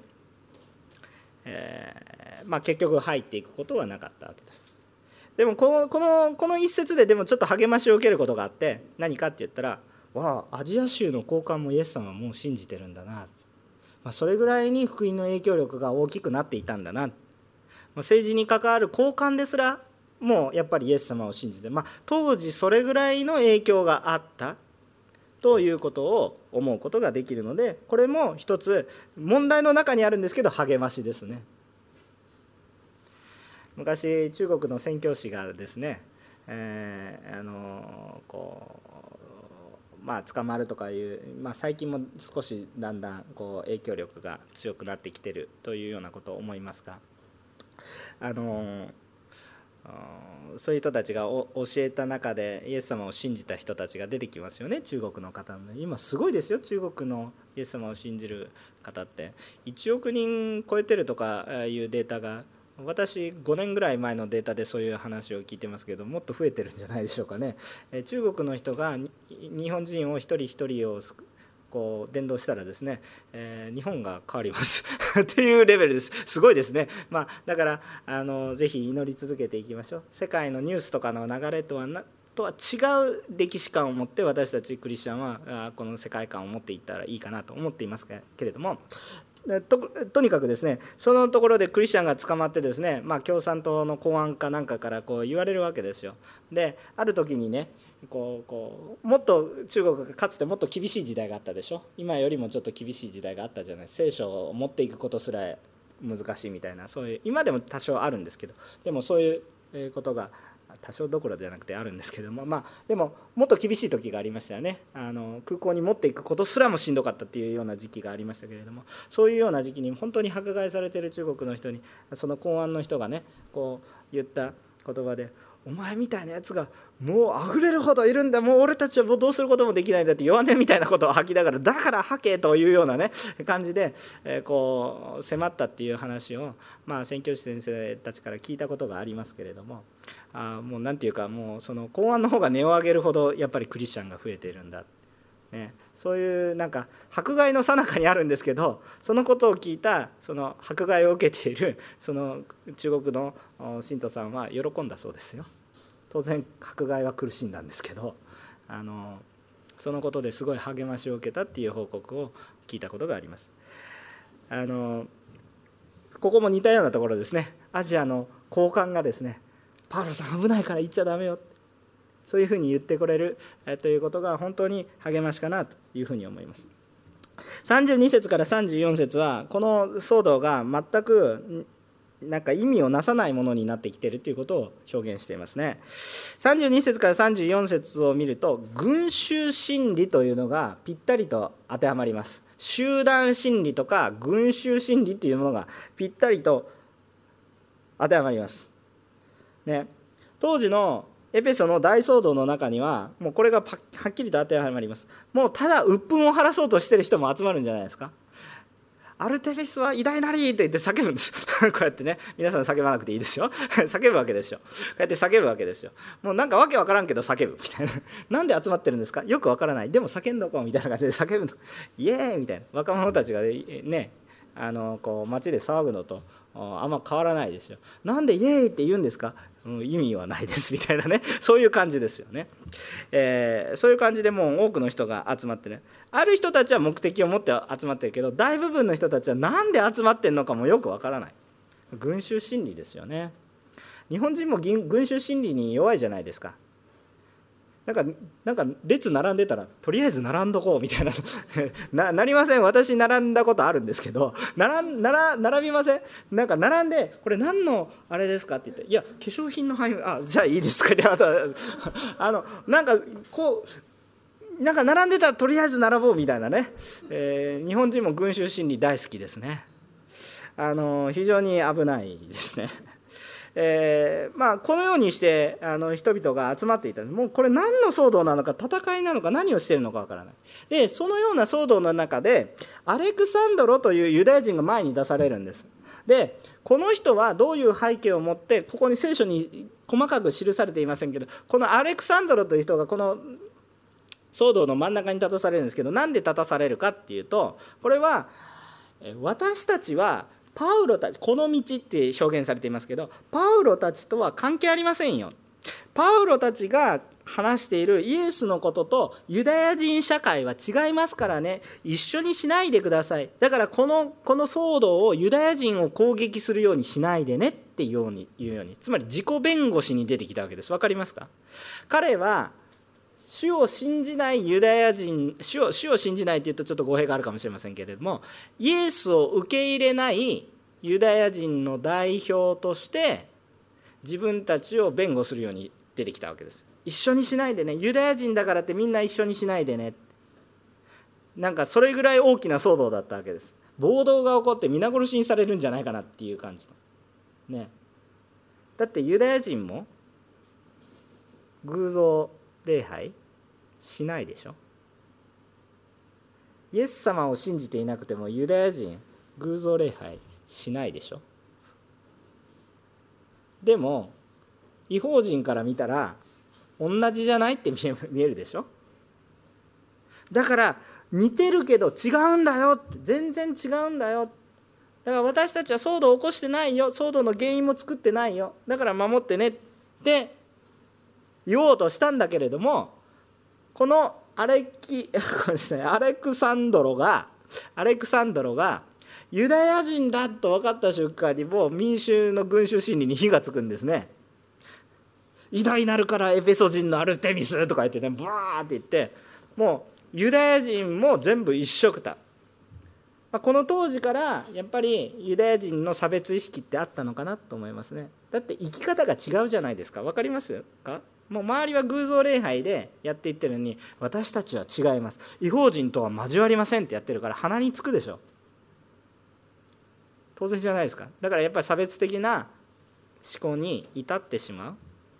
えーまあ、結局入っていくことはなかったわけです。でもこの、この、この一節ででもちょっと励ましを受けることがあって、何かって言ったら、わあアジア州の高官もイエス様はもう信じてるんだな、まあ、それぐらいに福音の影響力が大きくなっていたんだな、まあ、政治に関わる高官ですらもうやっぱりイエス様を信じて、まあ、当時それぐらいの影響があったということを思うことができるので、これも一つ問題の中にあるんですけど励ましですね。昔中国の宣教師がですね、えー、あのこうまあ、捕まるとかいう、まあ、最近も少しだんだんこう影響力が強くなってきているというようなことを思いますが、あのそういう人たちが教えた中でイエス様を信じた人たちが出てきますよね。中国の方の今すごいですよ。中国のイエス様を信じる方っていちおくにん超えてるとかいうデータが、私ごねんぐらい前のデータでそういう話を聞いてますけど、もっと増えてるんじゃないでしょうかね。中国の人が日本人を一人一人をこう伝道したらですね、えー、日本が変わりますっていうレベルです。すごいですね。まあ、だからあのぜひ祈り続けていきましょう。世界のニュースとかの流れとはなとは違う歴史観を持って私たちクリスチャンはこの世界観を持っていったらいいかなと思っていますけれども、と, とにかくですね、そのところでクリスチャンが捕まってですね、まあ、共産党の公安かなんかからこう言われるわけですよ。である時にね、こうこうもっと中国がかつてもっと厳しい時代があったでしょ。今よりもちょっと厳しい時代があったじゃない。聖書を持っていくことすら難しいみたいな、そういう今でも多少あるんですけど、でもそういうことが多少どころじゃなくてあるんですけども、まあでももっと厳しい時がありましたよね。あの空港に持っていくことすらもしんどかったっていうような時期がありましたけれども、そういうような時期に本当に迫害されている中国の人にその公安の人がねこう言った言葉で、お前みたいなやつがもうあふれるほどいるんだ、もう俺たちはもうどうすることもできないんだって弱音みたいなことを吐きながら、だから吐けというようなね感じで、えー、こう迫ったっていう話を、まあ、宣教師先生たちから聞いたことがありますけれども、あもうなんていうか、もうその公安の方が音を上げるほどやっぱりクリスチャンが増えているんだ、ね、そういうなんか迫害の最中にあるんですけど、そのことを聞いたその迫害を受けているその中国の信徒さんは喜んだそうですよ。当然迫害は苦しんだんですけど、あのそのことですごい励ましを受けたっていう報告を聞いたことがあります。あのここも似たようなところですね。アジアの高官がですね、パウロさん危ないから行っちゃダメよ、そういうふうに言ってくれるということが本当に励ましかなというふうに思います。さんじゅうに節からさんじゅうよん節はこの騒動が全くなんか意味をなさないものになってきているということを表現していますね。さんじゅうに節からさんじゅうよん節を見ると、群衆心理というのがぴったりと当てはまります。集団心理とか群衆心理というものがぴったりと当てはまります、ね、当時のエペソの大騒動の中にはもうこれがはっきりと当てはまります。もうただ鬱憤を晴らそうとしている人も集まるんじゃないですか。アルテミスは偉大なりと言って叫ぶんですこうやってね、皆さん叫ばなくていいですよ叫ぶわけですよ。こうやって叫ぶわけですよ。もうなんかわけわからんけど叫ぶみたいななんで集まってるんですか、よくわからない、でも叫んどこうみたいな感じで叫ぶの、イエーイみたいな、若者たちがねあのこう街で騒ぐのとあんま変わらないですよ。なんでイエーイって言うんですか、うん、意味はないですみたいなね、そういう感じですよね、えー、そういう感じでもう多くの人が集まってね、ある人たちは目的を持って集まってるけど、大部分の人たちはなんで集まってるのかもよくわからない。群衆心理ですよね。日本人も群衆心理に弱いじゃないですか。なんかなんか列並んでたらとりあえず並んどこうみたいなな, なりません。私並んだことあるんですけど、並, 並, 並びません。なんか並んで、これ何のあれですかって言って、いや化粧品の配布、あじゃあいいですかってあとあのなんかこうなんか並んでたらとりあえず並ぼうみたいなね、えー、日本人も群衆心理大好きですね。あの非常に危ないですね。えーまあ、このようにしてあの人々が集まっていた。もうこれ何の騒動なのか、戦いなのか、何をしているのかわからない。でそのような騒動の中でアレクサンドロというユダヤ人が前に出されるんです。でこの人はどういう背景を持って、ここに聖書に細かく記されていませんけど、このアレクサンドロという人がこの騒動の真ん中に立たされるんですけど、なんで立たされるかっていうと、これは私たちはパウロたち、この道って表現されていますけど、パウロたちとは関係ありませんよ。パウロたちが話しているイエスのこととユダヤ人社会は違いますからね、一緒にしないでください。だからこのこの騒動をユダヤ人を攻撃するようにしないでねっていうように言うように、つまり自己弁護士に出てきたわけです。わかりますか。彼は主を信じないユダヤ人、主を、主を信じないというとちょっと語弊があるかもしれませんけれども、イエスを受け入れないユダヤ人の代表として自分たちを弁護するように出てきたわけです。一緒にしないでね、ユダヤ人だからってみんな一緒にしないでね、なんかそれぐらい大きな騒動だったわけです。暴動が起こって皆殺しにされるんじゃないかなっていう感じのね。 だってユダヤ人も偶像礼拝しないでしょ。イエス様を信じていなくてもユダヤ人偶像礼拝しないでしょ。でも異邦人から見たら同じじゃないって見え、見えるでしょ。だから似てるけど違うんだよって、全然違うんだよ。だから私たちは騒動を起こしてないよ、騒動の原因も作ってないよ、だから守ってねって言おうとしたんだけれども、このアレキアレクサンドロがアレクサンドロがユダヤ人だと分かった瞬間にもう民衆の群衆心理に火がつくんですね。偉大なるからエペソ人のアルテミスとか言ってね、ブワーって言って、もうユダヤ人も全部一緒くた。この当時からやっぱりユダヤ人の差別意識ってあったのかなと思いますね。だって生き方が違うじゃないですか。分かりますか。もう周りは偶像礼拝でやっていってるのに、私たちは違います、異邦人とは交わりませんってやってるから鼻につくでしょ。当然じゃないですか。だからやっぱり差別的な思考に至ってしまう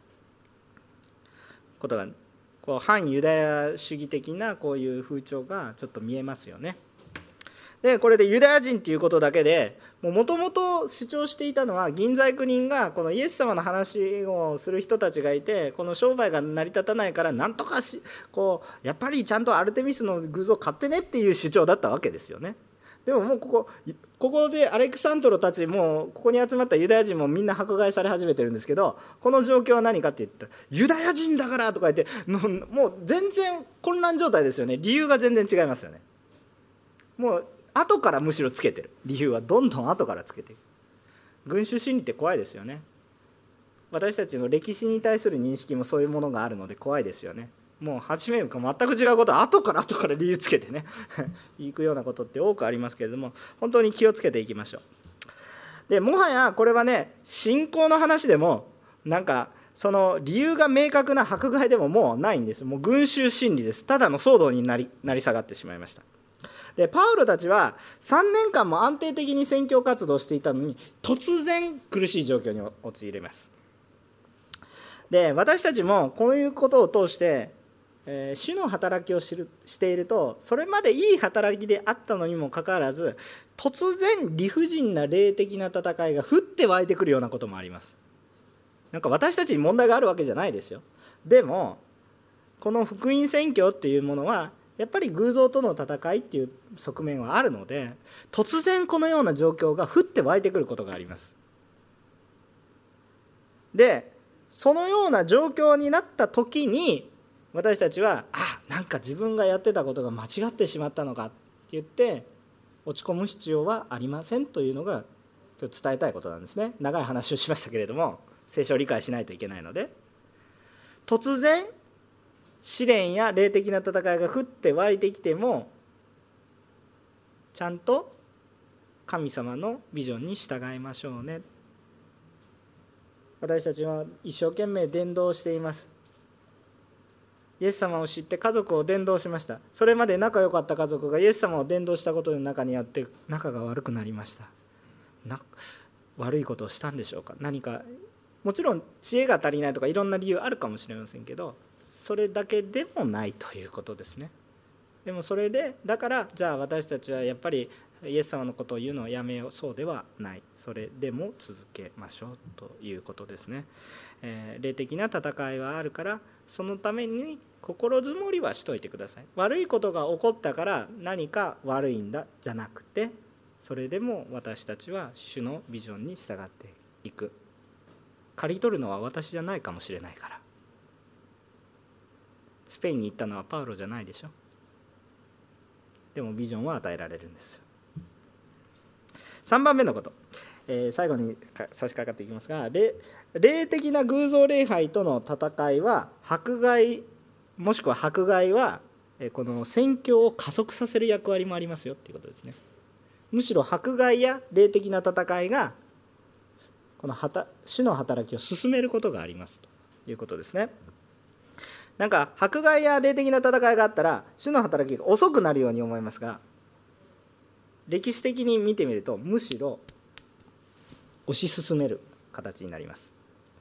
ことが、こう反ユダヤ主義的なこういう風潮がちょっと見えますよね。でこれでユダヤ人っていうことだけでもともと主張していたのは、銀細工人がこのイエス様の話をする人たちがいて、この商売が成り立たないからなんとかしこうやっぱりちゃんとアルテミスの偶像を買ってねっていう主張だったわけですよね。でももうここここでアレクサンドロたちもここに集まったユダヤ人もみんな迫害され始めてるんですけど、この状況は何かって言ったらユダヤ人だからとか言ってもう全然混乱状態ですよね。理由が全然違いますよね。もう後からむしろつけてる理由はどんどん後からつけている。群衆心理って怖いですよね。私たちの歴史に対する認識もそういうものがあるので怖いですよね。もう初めから全く違うことを後から後から理由つけてね行くようなことって多くありますけれども、本当に気をつけていきましょう。でもはやこれはね、信仰の話でもなんかその理由が明確な迫害でももうないんです。もう群衆心理です。ただの騒動になり、なり下がってしまいました。でパウロたちはさんねんかんも安定的に宣教活動をしていたのに、突然苦しい状況に陥れます。で私たちもこういうことを通して、えー、主の働きを知るしていると、それまでいい働きであったのにもかかわらず、突然理不尽な霊的な戦いが降って湧いてくるようなこともあります。なんか私たちに問題があるわけじゃないですよ。でもこの福音宣教っていうものはやっぱり偶像との戦いっていう側面はあるので、突然このような状況が降って湧いてくることがあります。でそのような状況になった時に、私たちはあなんか自分がやってたことが間違ってしまったのかって言って落ち込む必要はありませんというのが今日伝えたいことなんですね。長い話をしましたけれども、聖書を理解しないといけないので、突然試練や霊的な戦いが降って湧いてきても、ちゃんと神様のビジョンに従いましょうね。私たちは一生懸命伝道しています。イエス様を知って家族を伝道しました。それまで仲良かった家族がイエス様を伝道したことの中にあって仲が悪くなりました。な悪いことをしたんでしょうか。何かもちろん知恵が足りないとかいろんな理由あるかもしれませんけど、それだけでもないということですね。でもそれでだからじゃあ私たちはやっぱりイエス様のことを言うのをやめよう、そうではない。それでも続けましょうということですね。えー、霊的な戦いはあるから、そのために心づもりはしといてください。悪いことが起こったから何か悪いんだじゃなくて、それでも私たちは主のビジョンに従っていく。刈り取るのは私じゃないかもしれないから。スペインに行ったのはパウロじゃないでしょ。でもビジョンは与えられるんですよ。さんばんめのこと、えー、最後に差し掛かっていきますが、 霊, 霊的な偶像礼拝との戦いは迫害もしくは迫害はこの宣教を加速させる役割もありますよっていうことですね。むしろ迫害や霊的な戦いがこの主の働きを進めることがありますということですね。なんか迫害や霊的な戦いがあったら主の働きが遅くなるように思いますが、歴史的に見てみるとむしろ推し進める形になります。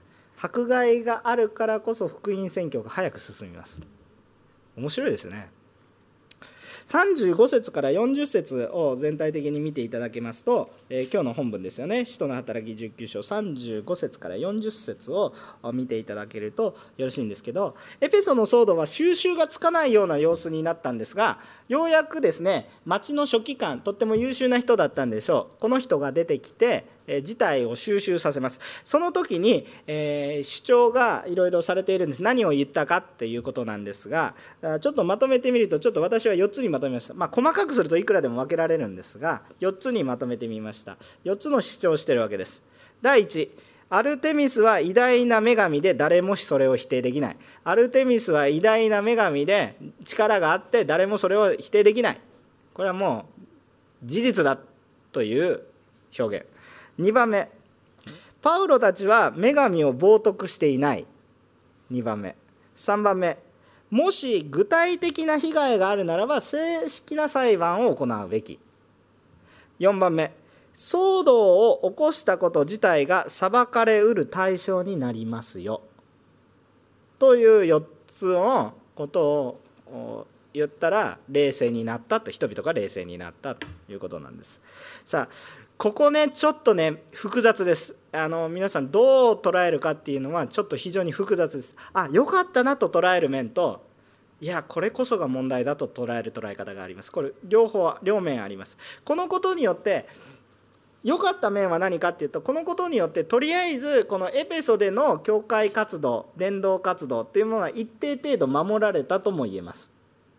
迫害があるからこそ福音宣教が早く進みます。面白いですよね。さんじゅうご節からよんじゅっ節を全体的に見ていただけますと、えー、今日の本文ですよね、使徒の働きじゅうきゅう章さんじゅうご節からよんじゅっ節を見ていただけるとよろしいんですけど、エペソの騒動は収拾がつかないような様子になったんですが、ようやくですね、町の書記官、とっても優秀な人だったんでしょう、この人が出てきて、えー、事態を収拾させます。その時に、えー、主張がいろいろされているんです。何を言ったかっていうことなんですが、ちょっとまとめてみると、ちょっと私はよっつにまとめました。まあ、細かくするといくらでも分けられるんですが、よっつにまとめてみました。よっつの主張をしているわけです。だいいち、アルテミスは偉大な女神で誰もそれを否定できない。アルテミスは偉大な女神で力があって誰もそれを否定できない。これはもう事実だという表現。にばんめ、パウロたちは女神を冒涜していない。にばんめ。さんばんめ、もし具体的な被害があるならば正式な裁判を行うべき。よんばんめ、騒動を起こしたこと自体が裁かれうる対象になりますよというよっつのことを言ったら冷静になったと、人々が冷静になったということなんです。さあ、ここね、ちょっとね複雑です。あの皆さんどう捉えるかっていうのはちょっと非常に複雑です。あ、よかったなと捉える面と、いやこれこそが問題だと捉える捉え方があります。これ両方両面あります。このことによって良かった面は何かっていうと、このことによってとりあえずこのエペソでの教会活動、伝道活動っていうものは一定程度守られたとも言えます。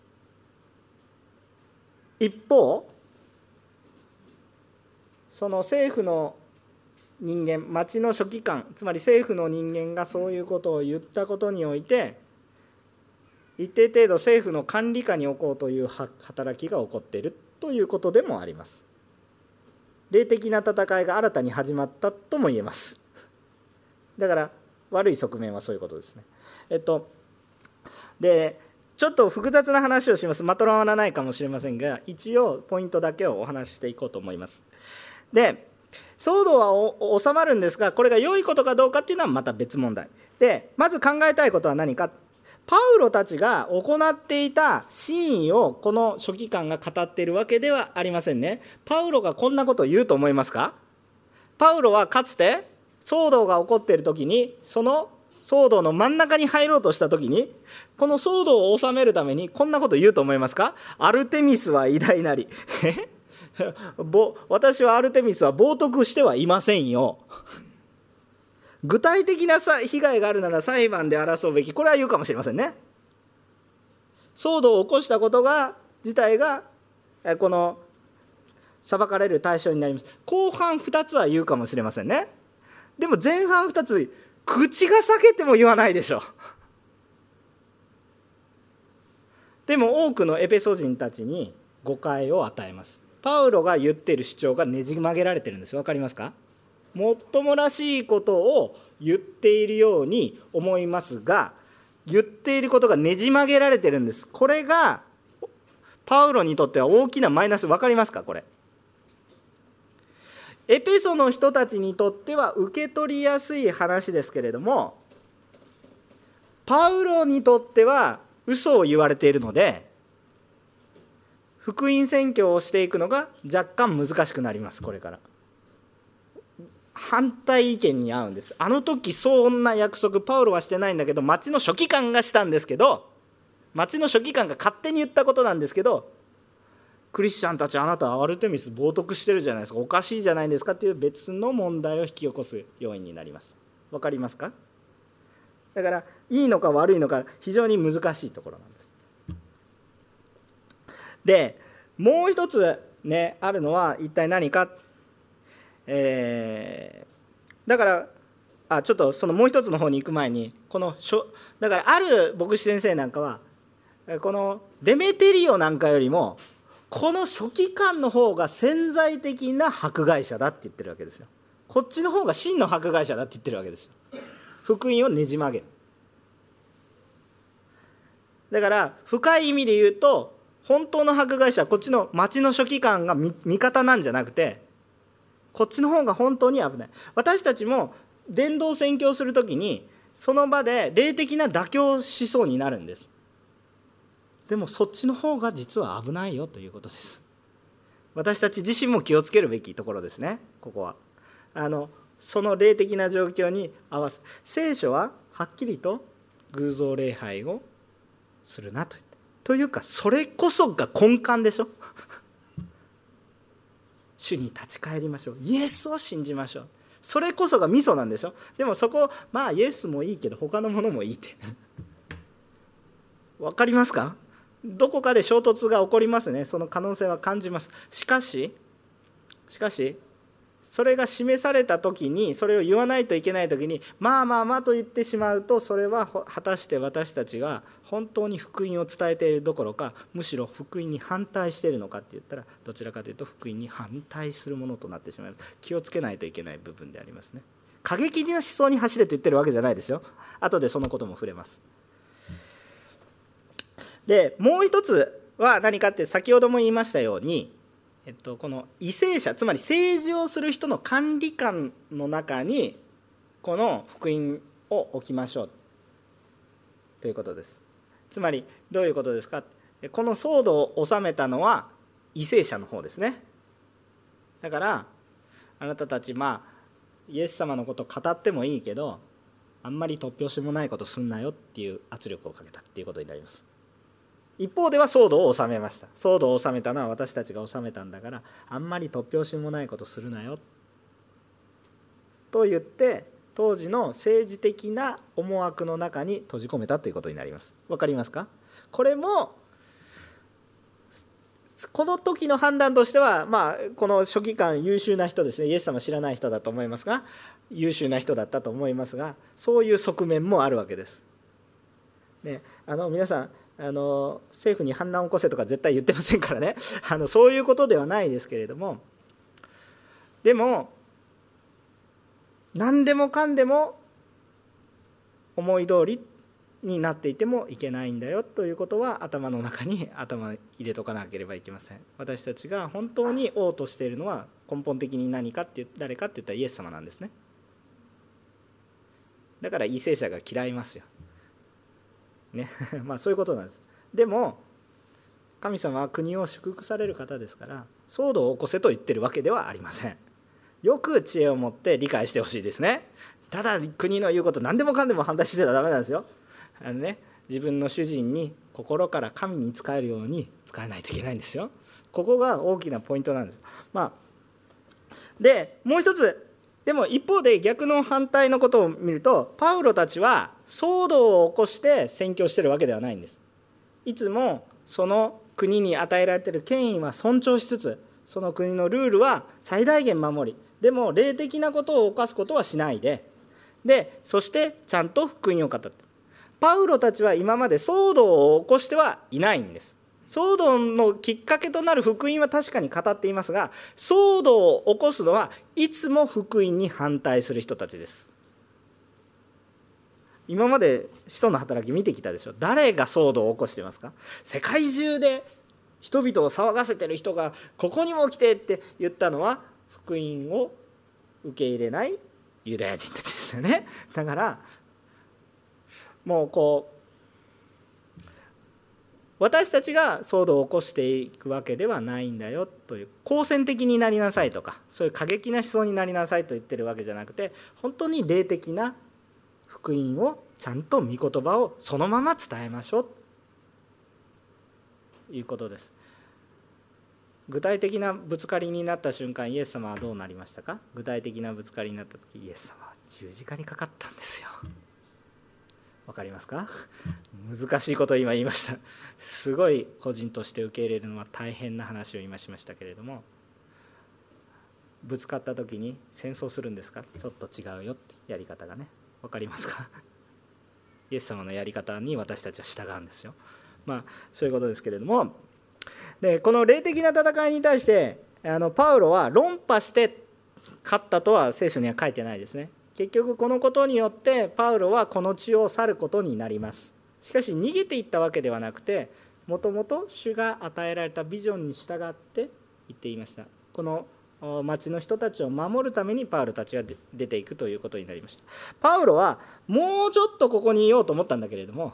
一方、その政府の人間、町の書記官、つまり政府の人間がそういうことを言ったことにおいて、一定程度政府の管理下に置こうという働きが起こっているということでもあります。霊的な戦いが新たに始まったとも言えます。だから悪い側面はそういうことですね。えっとでちょっと複雑な話をします。まとまらないかもしれませんが、一応ポイントだけをお話ししていこうと思います。で、騒動は収まるんですが、これが良いことかどうかっていうのはまた別問題で、まず考えたいことは何か。パウロたちが行っていた真意をこの書記官が語っているわけではありませんね。パウロがこんなことを言うと思いますか？パウロはかつて騒動が起こっている時に、その騒動の真ん中に入ろうとした時に、この騒動を収めるためにこんなことを言うと思いますか？アルテミスは偉大なり私はアルテミスは冒涜してはいませんよ具体的な被害があるなら裁判で争うべき、これは言うかもしれませんね。騒動を起こしたことが自体がこの裁かれる対象になります。後半ふたつは言うかもしれませんね。でも前半ふたつ、口が裂けても言わないでしょう。でも多くのエペソ人たちに誤解を与えます。パウロが言っている主張がねじ曲げられてるんです。わかりますか？もっともらしいことを言っているように思いますが、言っていることがねじ曲げられてるんです。これがパウロにとっては大きなマイナス。分かりますか？これエペソの人たちにとっては受け取りやすい話ですけれども、パウロにとっては嘘を言われているので、福音宣教をしていくのが若干難しくなります。これから反対意見に合うんです。あの時そんな約束パウロはしてないんだけど、町の書記官がしたんですけど、町の書記官が勝手に言ったことなんですけど、クリスチャンたち、あなたはアルテミス冒涜してるじゃないですか、おかしいじゃないですかっていう別の問題を引き起こす要因になります。わかりますか？だからいいのか悪いのか非常に難しいところなんです。で、もう一つねあるのは一体何か。えー、だからあちょっとそのもう一つの方に行く前に、このだからある牧師先生なんかは、このデメテリオなんかよりもこの書記官の方が潜在的な迫害者だって言ってるわけですよ。こっちの方が真の迫害者だって言ってるわけですよ。福音をねじ曲げる。だから深い意味で言うと、本当の迫害者はこっちの町の書記官が味方なんじゃなくて、こっちの方が本当に危ない。私たちも伝道宣教するときに、 その場で霊的な妥協しそうになるんです。でもそっちの方が実は危ないよということです。私たち自身も気をつけるべきところですね。ここはあのその霊的な状況に合わせ、聖書ははっきりと偶像礼拝をするなと言って、というかそれこそが根幹でしょ主に立ち返りましょう、イエスを信じましょう、それこそがミソなんでしょ。でもそこ、まあイエスもいいけど他のものもいいってわかりますか。どこかで衝突が起こりますね。その可能性は感じます。しかししかしそれが示された時に、それを言わないといけない時に、まあまあまあと言ってしまうと、それは果たして私たちが本当に福音を伝えているどころか、むしろ福音に反対しているのかって言ったら、どちらかというと福音に反対するものとなってしまいます。気をつけないといけない部分でありますね。過激な思想に走れと言ってるわけじゃないですよ。後でそのことも触れます。でもう一つは何かって、先ほども言いましたように、えっと、この為政者、つまり政治をする人の管理官の中にこの福音を置きましょうということです。つまりどういうことですか。この騒動を収めたのは為政者の方ですね。だからあなたたち、まあイエス様のことを語ってもいいけど、あんまり突拍子もないことすんなよっていう圧力をかけたっていうことになります。一方では騒動を収めました。騒動を収めたのは私たちが収めたんだから、あんまり突拍子もないことするなよと言って、当時の政治的な思惑の中に閉じ込めたということになります。わかりますか。これもこの時の判断としては、まあこの書記官優秀な人ですね。イエス様知らない人だと思いますが、優秀な人だったと思いますが、そういう側面もあるわけです。ね、あの皆さん、あの政府に反乱を起こせとか絶対言ってませんからねあのそういうことではないですけれども、でも何でもかんでも思い通りになっていてもいけないんだよということは、頭の中に頭入れとかなければいけません。私たちが本当に王としているのは根本的に何かって誰かって言ったらイエス様なんですね。だから為政者が嫌いますよねまあそういうことなんです。でも神様は国を祝福される方ですから、騒動を起こせと言ってるわけではありません。よく知恵を持って理解してほしいですね。ただ国の言うこと何でもかんでも反対してたらダメなんですよ。あのね、自分の主人に心から神に仕えるように仕えないといけないんですよ。ここが大きなポイントなんです。まあ、でもう一つ、でも一方で逆の反対のことを見ると、パウロたちは騒動を起こして宣教してるわけではないんです。いつもその国に与えられている権威は尊重しつつ、その国のルールは最大限守り、でも霊的なことを犯すことはしないで、でそしてちゃんと福音を語った。パウロたちは今まで騒動を起こしてはいないんです。騒動のきっかけとなる福音は確かに語っていますが、騒動を起こすのはいつも福音に反対する人たちです。今まで使徒の働き見てきたでしょ。誰が騒動を起こしていますか。世界中で人々を騒がせてる人がここにも来てって言ったのは、福音を受け入れないユダヤ人たちですよね。だからもうこう私たちが騒動を起こしていくわけではないんだよという、好戦的になりなさいとか、そういう過激な思想になりなさいと言ってるわけじゃなくて、本当に霊的な福音をちゃんと御言葉をそのまま伝えましょうということです。具体的なぶつかりになった瞬間、イエス様はどうなりましたか。具体的なぶつかりになった時、イエス様は十字架にかかったんですよ。わかりますか。難しいことを今言いました。すごい個人として受け入れるのは大変な話を今しましたけれども、ぶつかった時に戦争するんですか、ちょっと違うよってやり方がね、わかりますか。イエス様のやり方に私たちは従うんですよ。まあそういうことですけれども、でこの霊的な戦いに対してあのパウロは論破して勝ったとは聖書には書いてないですね。結局このことによってパウロはこの地を去ることになります。しかし逃げていったわけではなくて、もともと主が与えられたビジョンに従って言っていました。この町の人たちを守るためにパウロたちが出ていくということになりました。パウロはもうちょっとここにいようと思ったんだけれども、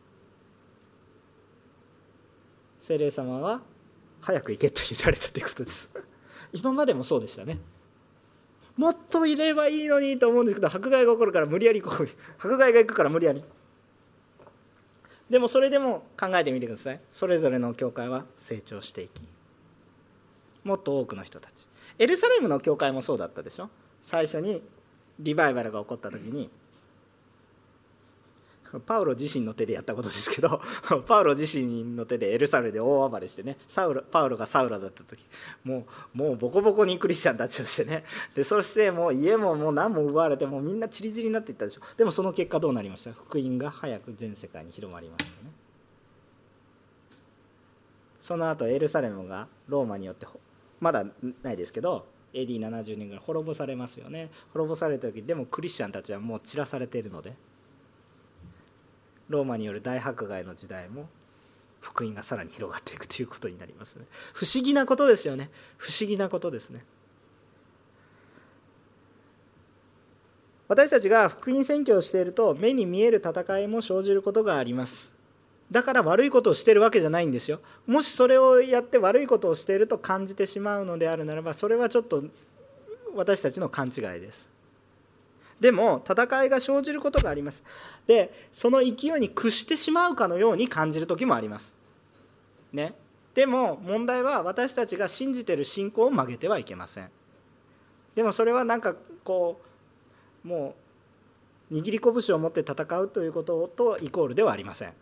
聖霊様は早く行けと言われたということです。今までもそうでしたね。もっといればいいのにと思うんですけど、迫害が起こるから無理やりこう迫害が行くから無理やり。でもそれでも考えてみてください。それぞれの教会は成長していき、もっと多くの人たち、エルサレムの教会もそうだったでしょ。最初にリバイバルが起こった時に、パウロ自身の手でやったことですけど、パウロ自身の手でエルサレムで大暴れしてね、サウロパウロがサウラだった時、もうもうボコボコにクリスチャンたちをしてね、でそしてもう家ももう何も奪われて、もうみんなチリチリになっていったでしょ。でもその結果どうなりました？福音が早く全世界に広まりましたね。その後エルサレムがローマによってまだないですけど エーディーななじゅう 年ぐらい滅ぼされますよね。滅ぼされた時でもクリスチャンたちはもう散らされているので、ローマによる大迫害の時代も福音がさらに広がっていくということになりますね。不思議なことですよね。不思議なことですね。私たちが福音宣教をしていると目に見える戦いも生じることがあります。だから悪いことをしているわけじゃないんですよ。もしそれをやって悪いことをしていると感じてしまうのであるならば、それはちょっと私たちの勘違いです。でも戦いが生じることがあります。でその勢いに屈してしまうかのように感じる時もあります、ね、でも問題は私たちが信じている信仰を曲げてはいけません。でもそれはなんかこうもう握り拳を持って戦うということとイコールではありません。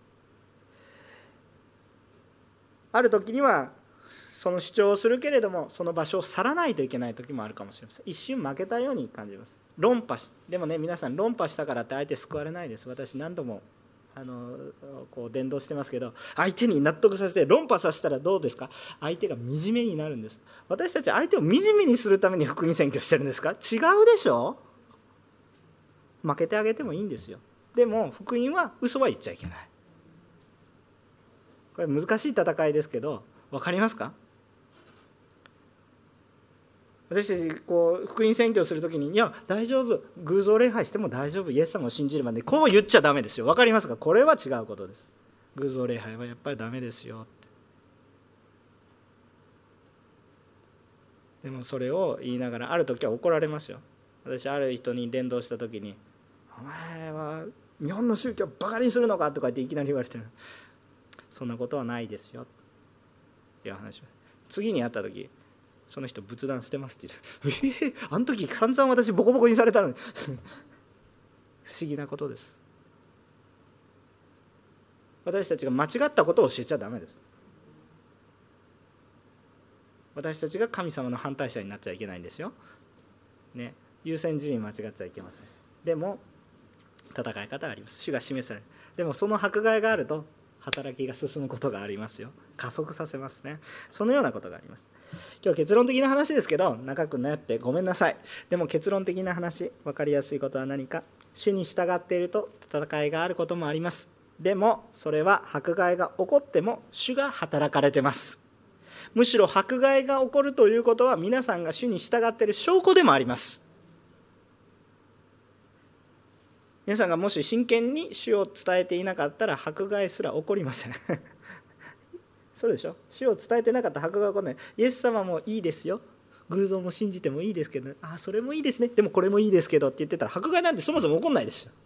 ある時にはその主張をするけれども、その場所を去らないといけない時もあるかもしれません。一瞬負けたように感じます。論破しでもね、皆さん論破したからって相手救われないです。私何度もあのこう伝道してますけど、相手に納得させて論破させたらどうですか？相手が惨めになるんです。私たち相手を惨めにするために福音宣教してるんですか？違うでしょ。負けてあげてもいいんですよ。でも福音は嘘は言っちゃいけない。これ難しい戦いですけど、分かりますか？私たちこう福音宣教するときに、いや大丈夫、偶像礼拝しても大丈夫、イエス様を信じるまで、こう言っちゃダメですよ。分かりますか？これは違うことです。偶像礼拝はやっぱりダメですよって。でもそれを言いながら、ある時は怒られますよ。私ある人に伝道した時に、お前は日本の宗教をバカにするのかとか言っていきなり言われてる。そんなことはないですよっていう話。次に会った時、その人仏壇捨てますって言って、えー、あの時散々私ボコボコにされたのに不思議なことです。私たちが間違ったことを教えちゃダメです。私たちが神様の反対者になっちゃいけないんですよ、ね、優先順位間違っちゃいけません。でも戦い方があります。主が示される。でもその迫害があると働きが進むことがありますよ。加速させますね。そのようなことがあります。今日結論的な話ですけど、長くなってごめんなさい。でも結論的な話、分かりやすいことは何か。主に従っていると戦いがあることもあります。でもそれは迫害が起こっても主が働かれてます。むしろ迫害が起こるということは皆さんが主に従っている証拠でもあります。皆さんがもし真剣に主を伝えていなかったら迫害すら起こりませんそうでしょ。主を伝えてなかったら迫害が起こらない。イエス様もいいですよ、偶像も信じてもいいですけど、ああそれもいいですね、でもこれもいいですけどって言ってたら迫害なんてそもそも起こらないですよ。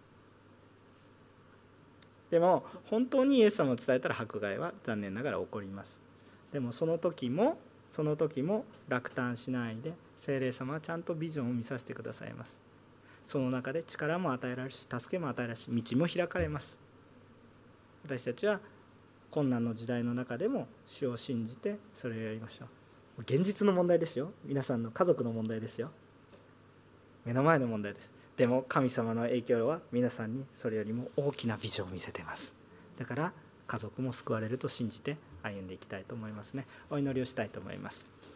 でも本当にイエス様を伝えたら迫害は残念ながら起こります。でもその時もその時も落胆しないで、聖霊様はちゃんとビジョンを見させてくださいます。その中で力も与えられるし、助けも与えられるし、道も開かれます。私たちは困難の時代の中でも主を信じてそれをやりましょう。現実の問題ですよ。皆さんの家族の問題ですよ。目の前の問題です。でも神様の影響は皆さんにそれよりも大きなビジョンを見せています。だから家族も救われると信じて歩んでいきたいと思いますね。お祈りをしたいと思います。